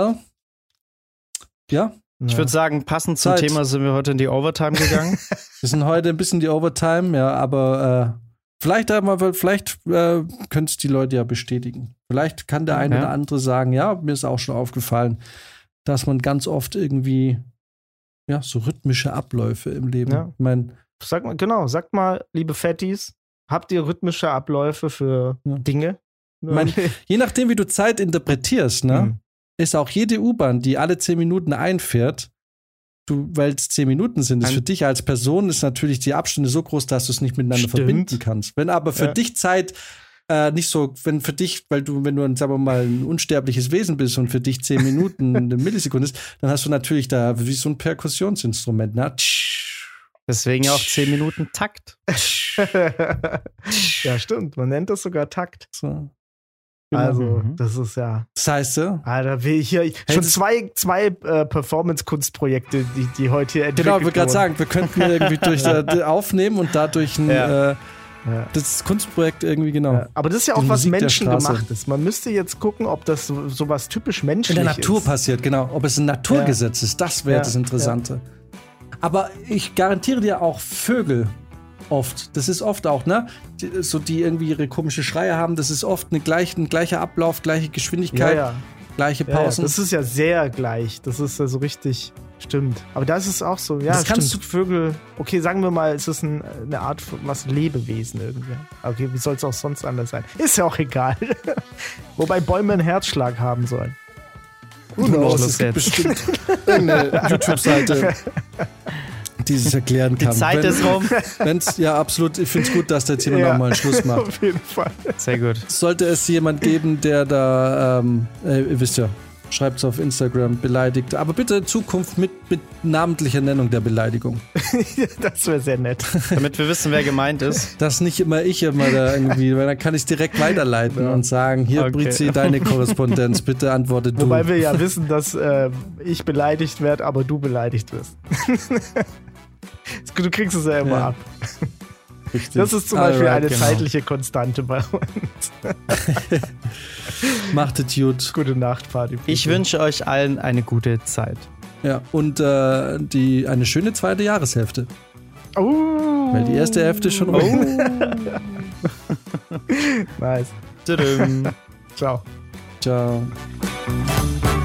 Speaker 1: ja.
Speaker 3: Ich würde sagen, passend zum Thema sind wir heute in die Overtime gegangen.
Speaker 1: Wir sind heute ein bisschen die Overtime, ja, aber vielleicht können es die Leute ja bestätigen. Vielleicht kann der eine oder andere sagen, ja, mir ist auch schon aufgefallen, dass man ganz oft irgendwie so rhythmische Abläufe im Leben. Ja. Ich mein,
Speaker 2: sagt mal, liebe Fatties, habt ihr rhythmische Abläufe für Dinge?
Speaker 1: Ich meine, je nachdem, wie du Zeit interpretierst, ne, ist auch jede U-Bahn, die alle 10 Minuten einfährt, weil es 10 Minuten sind, ist für dich als Person ist natürlich die Abstände so groß, dass du es nicht miteinander verbinden kannst. Wenn aber für dich Zeit nicht so, wenn für dich, wenn du, sagen wir mal, ein unsterbliches Wesen bist und für dich 10 Minuten eine Millisekunde ist, dann hast du natürlich da wie so ein Perkussionsinstrument, ne?
Speaker 3: Deswegen auch 10 Minuten Takt.
Speaker 2: Ja, stimmt. Man nennt das sogar Takt.
Speaker 1: So.
Speaker 2: Also, das ist ja.
Speaker 1: Das heißt,
Speaker 2: Alter, will ich hier schon zwei Performance-Kunstprojekte, die heute hier entwickelt
Speaker 1: genau, ich wollte gerade sagen, wir könnten irgendwie durch aufnehmen und dadurch das Kunstprojekt irgendwie, genau. Ja.
Speaker 2: Aber das ist ja auch was Menschengemachtes. Man müsste jetzt gucken, ob das so was typisch menschlich ist.
Speaker 1: In der Natur passiert, genau. Ob es ein Naturgesetz ist, das wäre das Interessante. Ja. Aber ich garantiere dir auch Vögel oft. Das ist oft auch, ne? Die irgendwie ihre komische Schreie haben, das ist oft ein gleicher Ablauf, gleiche Geschwindigkeit, gleiche Pausen.
Speaker 2: Das ist ja sehr gleich. Das ist ja so richtig, stimmt. Aber da ist es auch so, ja, das kannst du Vögel, okay, sagen wir mal, es ist eine Art von was Lebewesen irgendwie. Okay, wie soll es auch sonst anders sein? Ist ja auch egal. Wobei Bäume einen Herzschlag haben sollen.
Speaker 1: Es gibt bestimmt irgendeine YouTube-Seite, die es erklären kann.
Speaker 3: Die Zeit ist rum.
Speaker 1: Ja, absolut. Ich finde es gut, dass der jetzt jemand nochmal einen Schluss macht.
Speaker 2: Auf jeden Fall.
Speaker 3: Sehr gut.
Speaker 1: Sollte es jemand geben, der da, ihr wisst ja, schreibt es auf Instagram, beleidigt. Aber bitte in Zukunft mit namentlicher Nennung der Beleidigung.
Speaker 2: Das wäre sehr nett.
Speaker 3: Damit wir wissen, wer gemeint ist.
Speaker 1: Dass nicht immer ich da irgendwie, weil dann kann ich es direkt weiterleiten und sagen, hier, Brizi, deine Korrespondenz, bitte antworte du.
Speaker 2: Wobei wir ja wissen, dass ich beleidigt werde, aber du beleidigt wirst. Du kriegst es ja immer ab. Richtig. Das ist zum Beispiel eine zeitliche Konstante bei uns.
Speaker 1: Macht es gut.
Speaker 2: Gute Nacht, Party.
Speaker 3: Ich wünsche euch allen eine gute Zeit.
Speaker 1: Ja, und eine schöne zweite Jahreshälfte. Weil die erste Hälfte ist schon rum.
Speaker 2: Nice.
Speaker 3: Tadam.
Speaker 2: Ciao.
Speaker 1: Ciao.